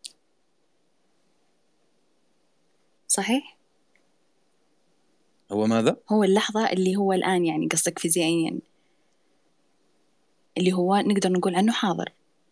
صحيح؟ هو ماذا؟ هو اللحظة اللي هو الآن، يعني قصدك فيزيائيا اللي هو نقدر نقول عنه حاضر.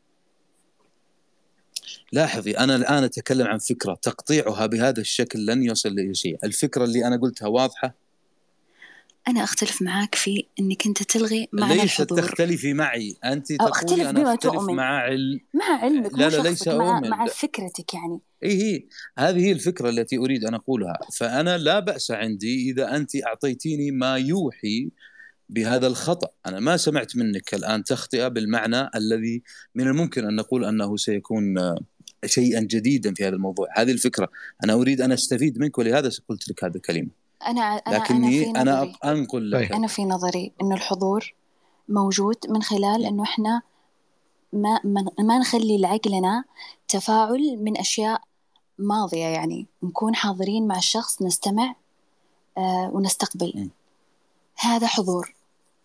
لاحظي، أنا الآن أتكلم عن فكرة، تقطيعها بهذا الشكل لن يصل لأي شيء. الفكرة اللي أنا قلتها واضحة؟ أنا أختلف معاك في أنك أنت تلغي معنى ليست الحضور. تختلفي معي، أنت أو تقولي أختلف أنا بما أختلف تؤمن، مع عل... مع علمك لا مو لا ليس شخصك، مع, أؤمن. مع فكرتك يعني. إيه هي هذه هي الفكرة التي أريد أن أقولها. فأنا لا بأس عندي إذا أنت أعطيتيني ما يوحي بهذا الخطأ. أنا ما سمعت منك الآن تخطئة بالمعنى الذي من الممكن أن نقول أنه سيكون شيئا جديدا في هذا الموضوع. هذه الفكرة أنا أريد أن أستفيد منك، ولهذا قلت لك هذه الكلمة. أنا أنا لكني أنا في أنا نظري أنقل لك. أنا في نظري إنه الحضور موجود من خلال إنه إحنا ما ما, ما نخلي لعقلنا تفاعل من أشياء ماضية، يعني نكون حاضرين مع الشخص، نستمع آه ونستقبل. م. هذا حضور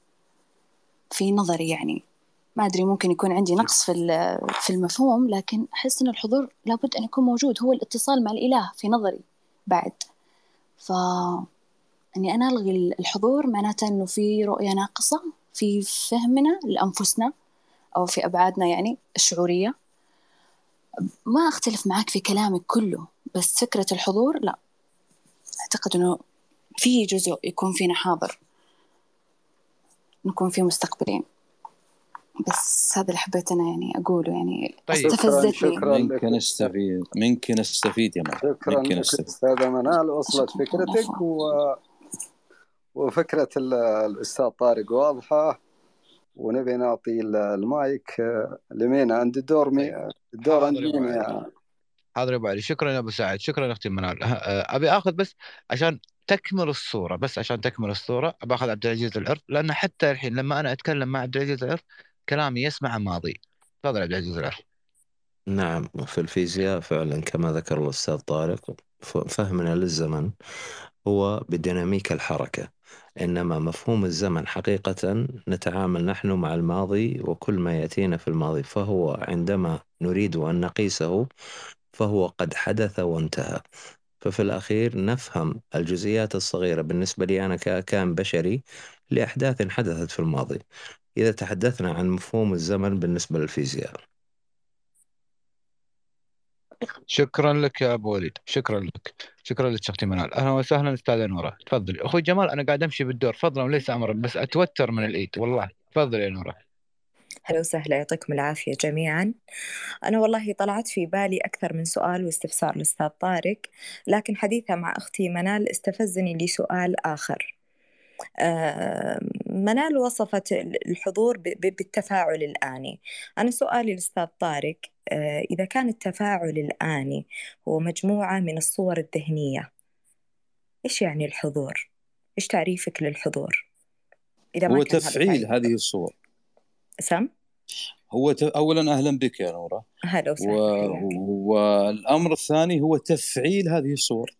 في نظري. يعني ما أدري، ممكن يكون عندي نقص في في المفهوم، لكن أحس إن الحضور لابد أن يكون موجود. هو الاتصال مع الإله في نظري بعد. ف أني أنا ألغي الحضور معناته إنه في رؤية ناقصة في فهمنا لأنفسنا أو في أبعادنا يعني الشعورية. ما أختلف معك في كلامك كله، بس فكرة الحضور لا، أعتقد إنه في جزء يكون فينا حاضر، نكون فيه مستقبلين. بس هذا اللي حبيت أنا يعني أقوله، يعني طيب. استفزتني. شكرا ممكن نستفيد ممكن نستفيد يا مان. شكرا لك أستاذة منال، وصلت فكرتك و... وفكرة الأستاذ طارق واضحة، ونبي نعطي المايك لمين عند الدور. مي... الدور عند مين يا حاضر يا ابو علي؟ شكرا يا ابو سعد، شكرا اختي منال. ابي اخذ بس عشان تكمل الصوره، بس عشان تكمل الصوره ابى اخذ عبد العزيز العرف، لان حتى الحين لما انا اتكلم مع عبد العزيز العرف كلامي يسمع ماضي. تفضل عبد العزيز العرف. نعم، في الفيزياء فعلا كما ذكر الأستاذ طارق، فهمنا للزمن هو بديناميك الحركة، إنما مفهوم الزمن حقيقة نتعامل نحن مع الماضي وكل ما يأتينا في الماضي، فهو عندما نريد أن نقيسه فهو قد حدث وانتهى. ففي الأخير نفهم الجزئيات الصغيرة بالنسبة لي أنا ككائن بشري لأحداث حدثت في الماضي، إذا تحدثنا عن مفهوم الزمن بالنسبة للفيزياء. شكرا لك يا ابو وليد، شكرا لك، شكرا لك اختي منال. اهلا وسهلا استاذه نوره، تفضلي. اخوي جمال انا قاعد امشي بالدور، فضلا وليس امرا، بس اتوتر من الايد والله. تفضلي يا نوره. هلا وسهلا، يعطيكم العافيه جميعا. انا والله طلعت في بالي اكثر من سؤال واستفسار للاستاذ طارق، لكن حديثها مع اختي منال استفزني لسؤال اخر. آه منال وصفت الحضور بالتفاعل الآني. أنا سؤالي للأستاذ طارق، آه إذا كان التفاعل الآني هو مجموعة من الصور الذهنية، إيش يعني الحضور؟ إيش تعريفك للحضور؟ إذا هو ما كان تفعيل هذه الصور. سم؟ هو ت... أولا أهلا بك يا نورة. هلا وسهلا. و... والأمر الثاني هو تفعيل هذه الصور.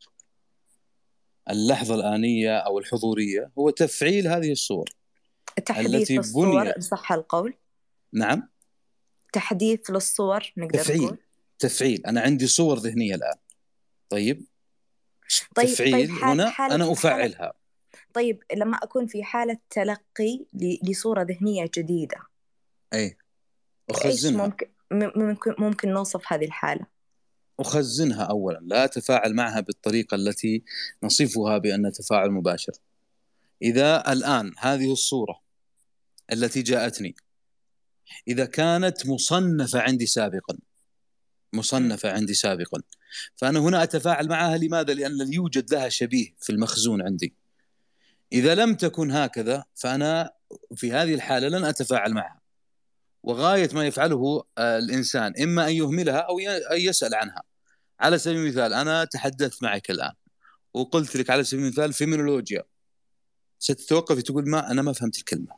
اللحظة الآنية أو الحضورية هو تفعيل هذه الصور. التحديث للصور إن صح القول. نعم. تحديث للصور نقدر تفعيل نقول. تفعيل. أنا عندي صور ذهنية الآن. طيب. طيب تفعيل طيب حال هنا حالة أنا أفعلها. حالة طيب لما أكون في حالة تلقي لصورة ذهنية جديدة، أي أخزنها. ممكن ممكن ممكن نوصف هذه الحالة؟ أخزنها أولا، لا أتفاعل معها بالطريقة التي نصفها بأن تفاعل مباشر. إذا الآن هذه الصورة التي جاءتني إذا كانت مصنفة عندي سابقا مصنفة عندي سابقا فأنا هنا أتفاعل معها. لماذا؟ لأن يوجد لها شبيه في المخزون عندي. إذا لم تكن هكذا فأنا في هذه الحالة لن أتفاعل معها، وغاية ما يفعله الإنسان إما أن يهملها أو أن يسأل عنها. على سبيل المثال أنا تحدثت معك الآن وقلت لك على سبيل المثال فيمينولوجيا، ستتوقف تقول ما أنا ما فهمت الكلمة،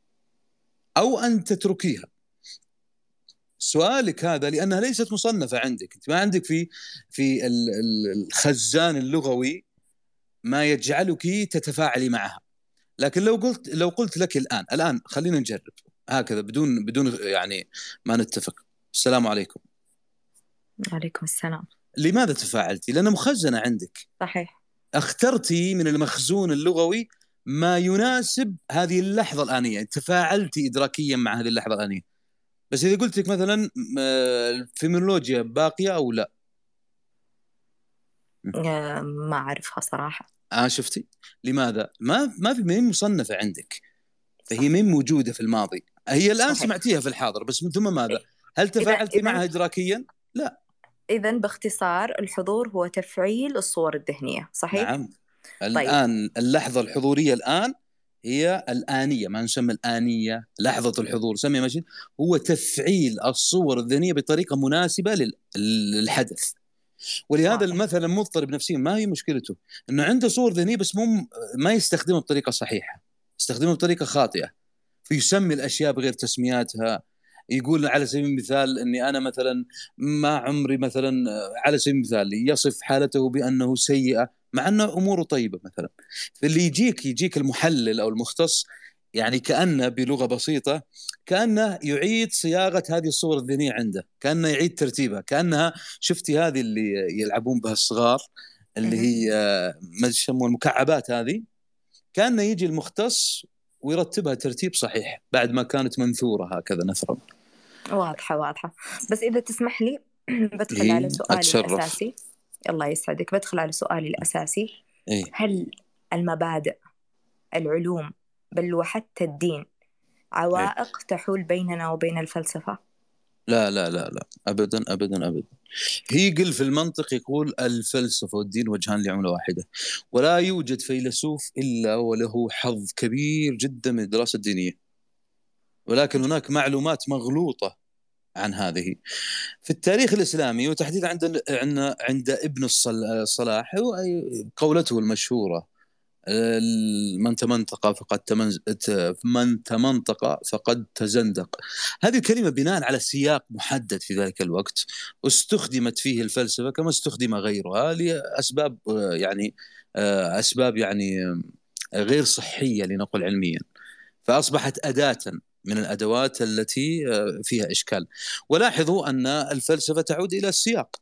أو أن تتركيها. سؤالك هذا لأنها ليست مصنفة عندك، أنت ما عندك في في الخزان اللغوي ما يجعلك تتفاعلي معها. لكن لو قلت لو قلت لك الآن الآن خلينا نجرب. هكذا بدون بدون يعني ما نتفق. السلام عليكم. وعليكم السلام. لماذا تفاعلتي؟ لأن مخزنة عندك. صحيح. اخترتي من المخزون اللغوي ما يناسب هذه اللحظة الآنية، تفاعلتي إدراكيا مع هذه اللحظة الآنية. بس إذا قلت لك مثلا الفيمينولوجيا باقية أو لا، ما أعرفها صراحة. آه شفتي لماذا؟ ما ما في مين مصنفة عندك، فهي مين موجودة في الماضي، هي الآن صحيح. سمعتيها في الحاضر بس من ثم ماذا؟ هل تفاعلتي إذن معها إدراكيا؟ لا. إذن باختصار الحضور هو تفعيل الصور الذهنية، صحيح؟ نعم. طيب. الآن اللحظة الحضورية الآن هي الآنية، ما نسمى الآنية لحظة الحضور، سمي ماشي، هو تفعيل الصور الذهنية بطريقة مناسبة للحدث. ولهذا واضح. المثل المضطرب نفسيا ما هي مشكلته انه عنده صور ذهنيه بس مو ما يستخدمها بطريقه صحيحه، يستخدمها بطريقه خاطئه، فيسمي الاشياء بغير تسمياتها. يقول على سبيل المثال اني انا مثلا ما عمري مثلا، على سبيل المثال يصف حالته بانه سيئه مع انه اموره طيبه مثلا. فاللي يجيك يجيك المحلل او المختص يعني كأنه بلغة بسيطة كأنه يعيد صياغة هذه الصور الذهنية عنده، كأنه يعيد ترتيبها، كأنها شفتي هذه اللي يلعبون بها الصغار اللي هي ما يسمون المكعبات هذه، كأنه يجي المختص ويرتبها ترتيب صحيح بعد ما كانت منثورة هكذا نثرا. واضحة واضحة. بس إذا تسمح لي بدخل إيه؟ على سؤالي أتشرف. الأساسي. الله يسعدك. بدخل على سؤالي الأساسي. إيه؟ هل المبادئ، العلوم، بل وحتى الدين عوائق إيه؟ تحول بيننا وبين الفلسفة؟ لا لا لا لا أبدا أبدا أبدا. هيجل في المنطق يقول الفلسفة والدين وجهان لعملة واحدة، ولا يوجد فيلسوف إلا وله حظ كبير جدا من الدراسة الدينية، ولكن هناك معلومات مغلوطة عن هذه في التاريخ الإسلامي، وتحديدا عند عند ابن الصلاح قولته المشهورة من تمنطق فقد تمنز... من تمنطق فقد تزندق. هذه الكلمة بناء على سياق محدد في ذلك الوقت استخدمت فيه الفلسفة كما استخدم غيرها لأسباب يعني أسباب يعني غير صحية لنقل علميا، فأصبحت أداة من الأدوات التي فيها إشكال. ولاحظوا أن الفلسفة تعود إلى السياق،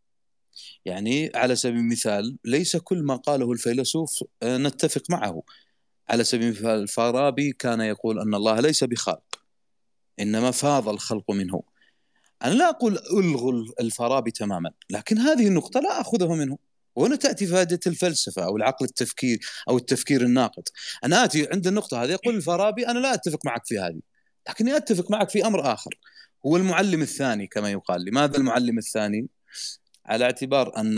يعني على سبيل المثال ليس كل ما قاله الفيلسوف نتفق معه. على سبيل المثال الفارابي كان يقول أن الله ليس بخالق إنما فاض الخلق منه. أنا لا أقول ألغوا الفارابي تماما، لكن هذه النقطة لا أخذها منه، وهنا تأتي فائدة الفلسفة أو العقل التفكير أو التفكير الناقد. أنا آتي عند النقطة هذه يقول الفارابي أنا لا أتفق معك في هذه، لكني أتفق معك في أمر آخر، هو المعلم الثاني كما يقال. لماذا المعلم الثاني؟ على اعتبار أن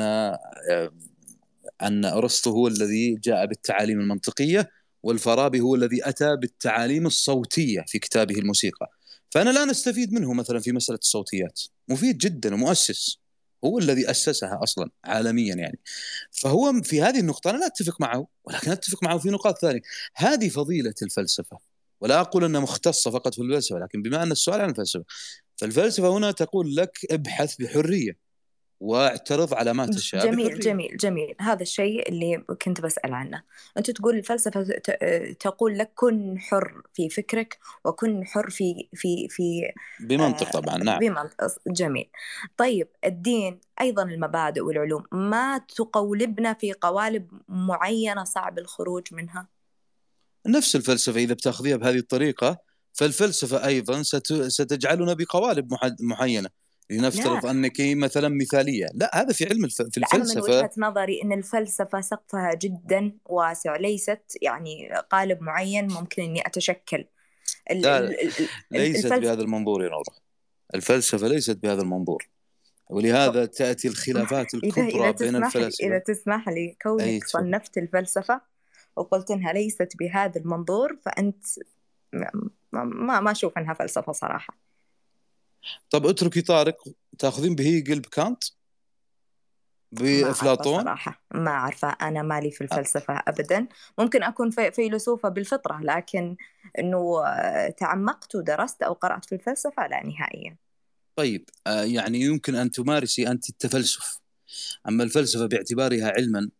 أن أرسطو هو الذي جاء بالتعاليم المنطقية، والفارابي هو الذي أتى بالتعاليم الصوتية في كتابه الموسيقى، فأنا لا نستفيد منه مثلا في مسألة الصوتيات، مفيد جدا ومؤسس، هو الذي أسسها أصلا عالميا يعني. فهو في هذه النقطة أنا لا أتفق معه، ولكن أتفق معه في نقاط ثانية. هذه فضيلة الفلسفة، ولا أقول أنها مختصة فقط في الفلسفة، لكن بما أن السؤال عن الفلسفة، فالفلسفة هنا تقول لك ابحث بحرية واعترض على ما تشاء جميل بحرية. جميل جميل. هذا الشيء اللي كنت بسأل عنه. أنت تقول الفلسفة تقول لك كن حر في فكرك وكن حر في في في بمنطق طبعا. نعم بمنطق. جميل. طيب الدين أيضا المبادئ والعلوم ما تقولبنا في قوالب معينة صعب الخروج منها؟ نفس الفلسفة إذا بتأخذيها بهذه الطريقة، فالفلسفة أيضا ستجعلنا بقوالب معينة، لنفترض أنك مثلا مثالية. لا، هذا في علم الف... في الفلسفة. أنا من وجهة نظري أن الفلسفة سقفها جدا واسع، ليست يعني قالب معين ممكن أني أتشكل. ال... لا ال... ال... ليست الفلسفة... بهذا المنظور يا نورة، الفلسفة ليست بهذا المنظور، ولهذا تأتي الخلافات الكبرى إذا, إذا بين الفلاسفة. إذا تسمح لي كونك صنفت الفلسفة وقلت إنها ليست بهذا المنظور، فأنت ما ما, ما أشوف إنها فلسفة صراحة. طب اتركي طارق، تأخذين بهيجل بكانت بأفلاطون؟ صراحة ما أعرفه، أنا مالي في الفلسفة أبدا. ممكن أكون في فيلسوفة بالفطرة، لكن إنه تعمقت ودرست أو قرأت في الفلسفة لا نهائيا. طيب آه يعني يمكن أن تمارسي أنت التفلسف، أما الفلسفة باعتبارها علما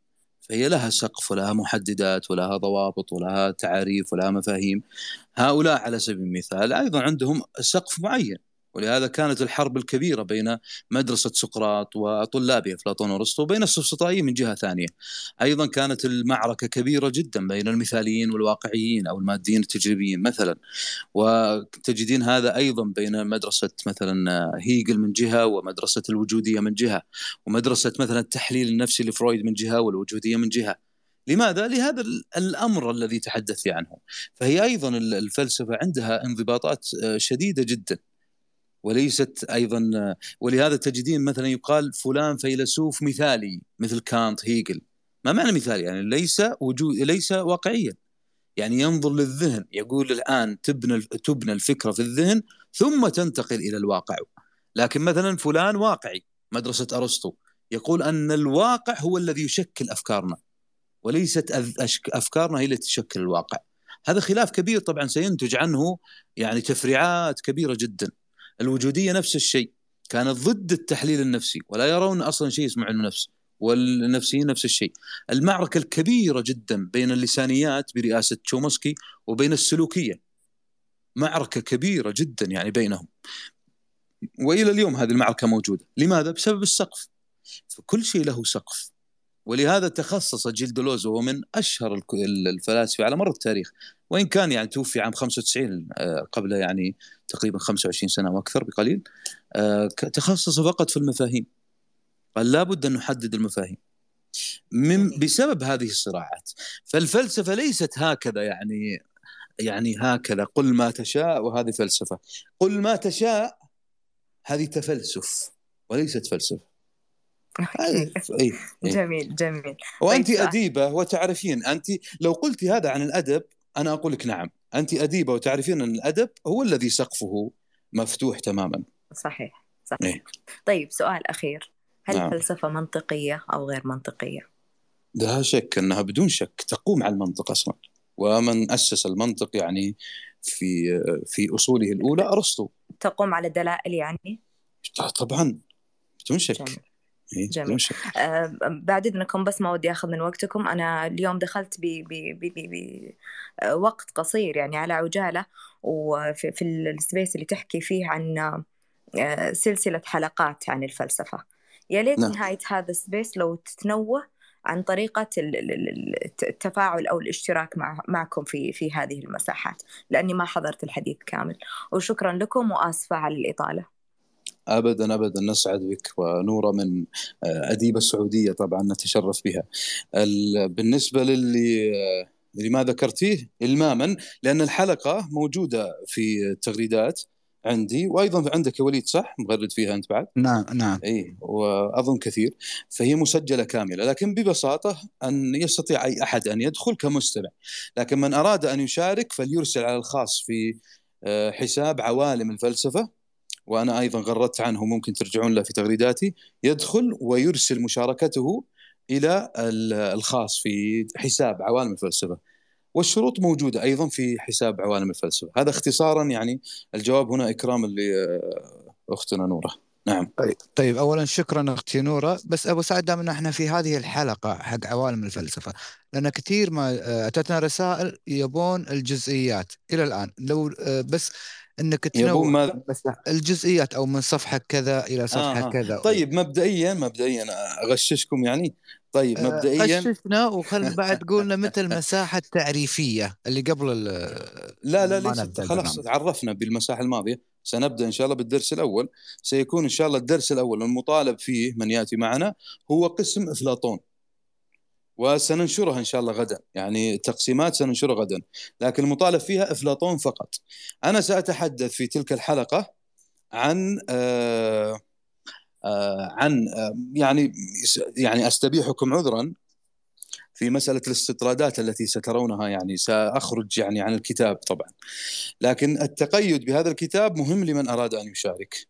فهي لها سقف ولها محددات ولها ضوابط ولها تعاريف ولها مفاهيم. هؤلاء على سبيل المثال أيضا عندهم سقف معين، ولهذا كانت الحرب الكبيرة بين مدرسة سقراط وطلابه أفلاطون وأرسطو وبين السفسطائيين من جهة ثانية. أيضا كانت المعركة كبيرة جدا بين المثاليين والواقعيين أو الماديين التجريبيين مثلا، وتجدين هذا أيضا بين مدرسة مثلا هيجل من جهة ومدرسة الوجودية من جهة، ومدرسة مثلا التحليل النفسي لفرويد من جهة والوجودية من جهة. لماذا؟ لهذا الأمر الذي تحدثت عنه. فهي أيضا الفلسفة عندها انضباطات شديدة جدا، وليست أيضا، ولهذا تجدين مثلا يقال فلان فيلسوف مثالي مثل كانت هيجل. ما معنى مثالي؟ يعني ليس وجود، ليس واقعيا، يعني ينظر للذهن، يقول الآن تبنى تبنى الفكرة في الذهن ثم تنتقل إلى الواقع. لكن مثلا فلان واقعي مدرسة أرسطو يقول أن الواقع هو الذي يشكل أفكارنا، وليست أفكارنا هي التي تشكل الواقع. هذا خلاف كبير طبعا سينتج عنه يعني تفريعات كبيرة جدا. الوجودية نفس الشيء، كانت ضد التحليل النفسي ولا يرون أصلا شيء اسمه علم نفس، والنفسيين نفس الشيء. المعركة الكبيرة جدا بين اللسانيات برئاسة تشومسكي وبين السلوكية، معركة كبيرة جدا يعني بينهم، وإلى اليوم هذه المعركة موجودة. لماذا؟ بسبب السقف، فكل شيء له سقف. ولهذا تخصص جيل دولوز وهو من أشهر الفلاسفة على مر التاريخ، وإن كان يعني توفي عام خمسة وتسعين قبل يعني تقريبا خمسة وعشرين سنة وأكثر بقليل. تخصص فقط في المفاهيم، قال لابد أن نحدد المفاهيم من بسبب هذه الصراعات. فالفلسفة ليست هكذا يعني يعني هكذا قل ما تشاء وهذه فلسفة، قل ما تشاء هذه تفلسف وليست فلسفة. أي أي جميل جميل. وأنت طيب أديبة وتعرفين، أنت لو قلتي هذا عن الأدب أنا أقول لك نعم، أنت أديبة وتعرفين أن الأدب هو الذي سقفه مفتوح تماما. صحيح صحيح. إيه؟ طيب سؤال أخير، هل نعم. الفلسفة منطقية أو غير منطقية؟ لا شك أنها بدون شك تقوم على المنطق أصلا، ومن أسس المنطق يعني في في أصوله الأولى أرسطو. تقوم على دلائل يعني؟ طبعا بدون شك. جميل. إيه؟ جميل. بدون شك. آه بعد إذنكم بس ما ودي أخذ من وقتكم، أنا اليوم دخلت بوقت قصير يعني على عجالة، وفي في السبيس اللي تحكي فيه عن آه سلسلة حلقات عن الفلسفة. يا ليت نعم. نهاية هذا السبيس لو تتنوه عن طريقة التفاعل أو الاشتراك مع معكم في في هذه المساحات، لأني ما حضرت الحديث كامل. وشكرا لكم وآسفة على الإطالة. أبدا أبدا، نسعد بك. ونورة من أديبة السعودية طبعا نتشرف بها. بالنسبة للي لما ذكرتيه إلماما، لأن الحلقة موجودة في التغريدات عندي، وأيضا عندك يا وليد صح مغرد فيها أنت بعد؟ نعم نعم. إيه وأظن كثير، فهي مسجلة كاملة. لكن ببساطة أن يستطيع أي أحد أن يدخل كمستمع، لكن من أراد أن يشارك فليرسل على الخاص في حساب عوالم الفلسفة، وأنا أيضا غردت عنه ممكن ترجعون له في تغريداتي، يدخل ويرسل مشاركته إلى الخاص في حساب عوالم الفلسفة، والشروط موجودة أيضا في حساب عوالم الفلسفة. هذا اختصارا يعني الجواب هنا إكراما لأختنا نورة. نعم. طيب أولا شكرا أختي نورة. بس أبو سعد دامنا احنا في هذه الحلقة حق عوالم الفلسفة، لأن كثير ما أتتنا رسائل يبون الجزئيات إلى الآن، لو بس انك تنوع الجزئيات او من صفحه كذا الى صفحه آه. كذا. طيب مبدئيا مبدئيا اغششكم يعني. طيب مبدئيا غششنا وخل بعد قولنا متى المساحه التعريفيه اللي قبل لا لا ليست خلاص عرفنا بالمساحه الماضيه. سنبدا ان شاء الله بالدرس الاول. سيكون ان شاء الله الدرس الاول المطالب فيه من ياتي معنا هو قسم افلاطون، وسننشرها إن شاء الله غدا، يعني تقسيمات سننشرها غدا، لكن المطالب فيها أفلاطون فقط. أنا سأتحدث في تلك الحلقة عن آآ آآ عن آآ يعني يعني أستبيحكم عذرا في مسألة الاستطرادات التي سترونها، يعني سأخرج يعني عن الكتاب طبعا، لكن التقيد بهذا الكتاب مهم لمن أراد أن يشارك.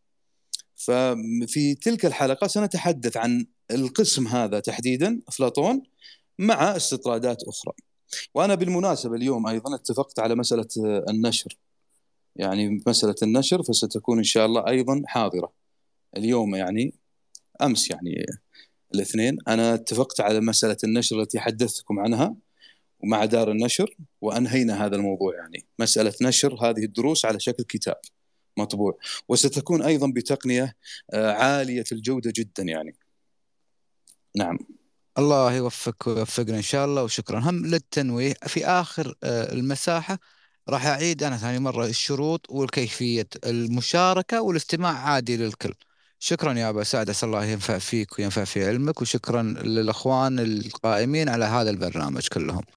ففي تلك الحلقة سنتحدث عن القسم هذا تحديدا أفلاطون مع استطرادات أخرى. وأنا بالمناسبة اليوم أيضا اتفقت على مسألة النشر، يعني مسألة النشر فستكون إن شاء الله أيضا حاضرة اليوم، يعني أمس يعني الاثنين. أنا اتفقت على مسألة النشر التي حدثتكم عنها ومع دار النشر، وأنهينا هذا الموضوع. يعني مسألة نشر هذه الدروس على شكل كتاب مطبوع، وستكون أيضا بتقنية عالية الجودة جدا يعني. نعم. الله يوفقك ويوفقنا إن شاء الله. وشكرا. هم للتنويه في آخر المساحة راح أعيد أنا ثاني مرة الشروط والكيفية المشاركة والاستماع عادي للكل. شكرا يا أبا سعد، أسأل الله ينفع فيك وينفع في علمك، وشكرا للأخوان القائمين على هذا البرنامج كلهم.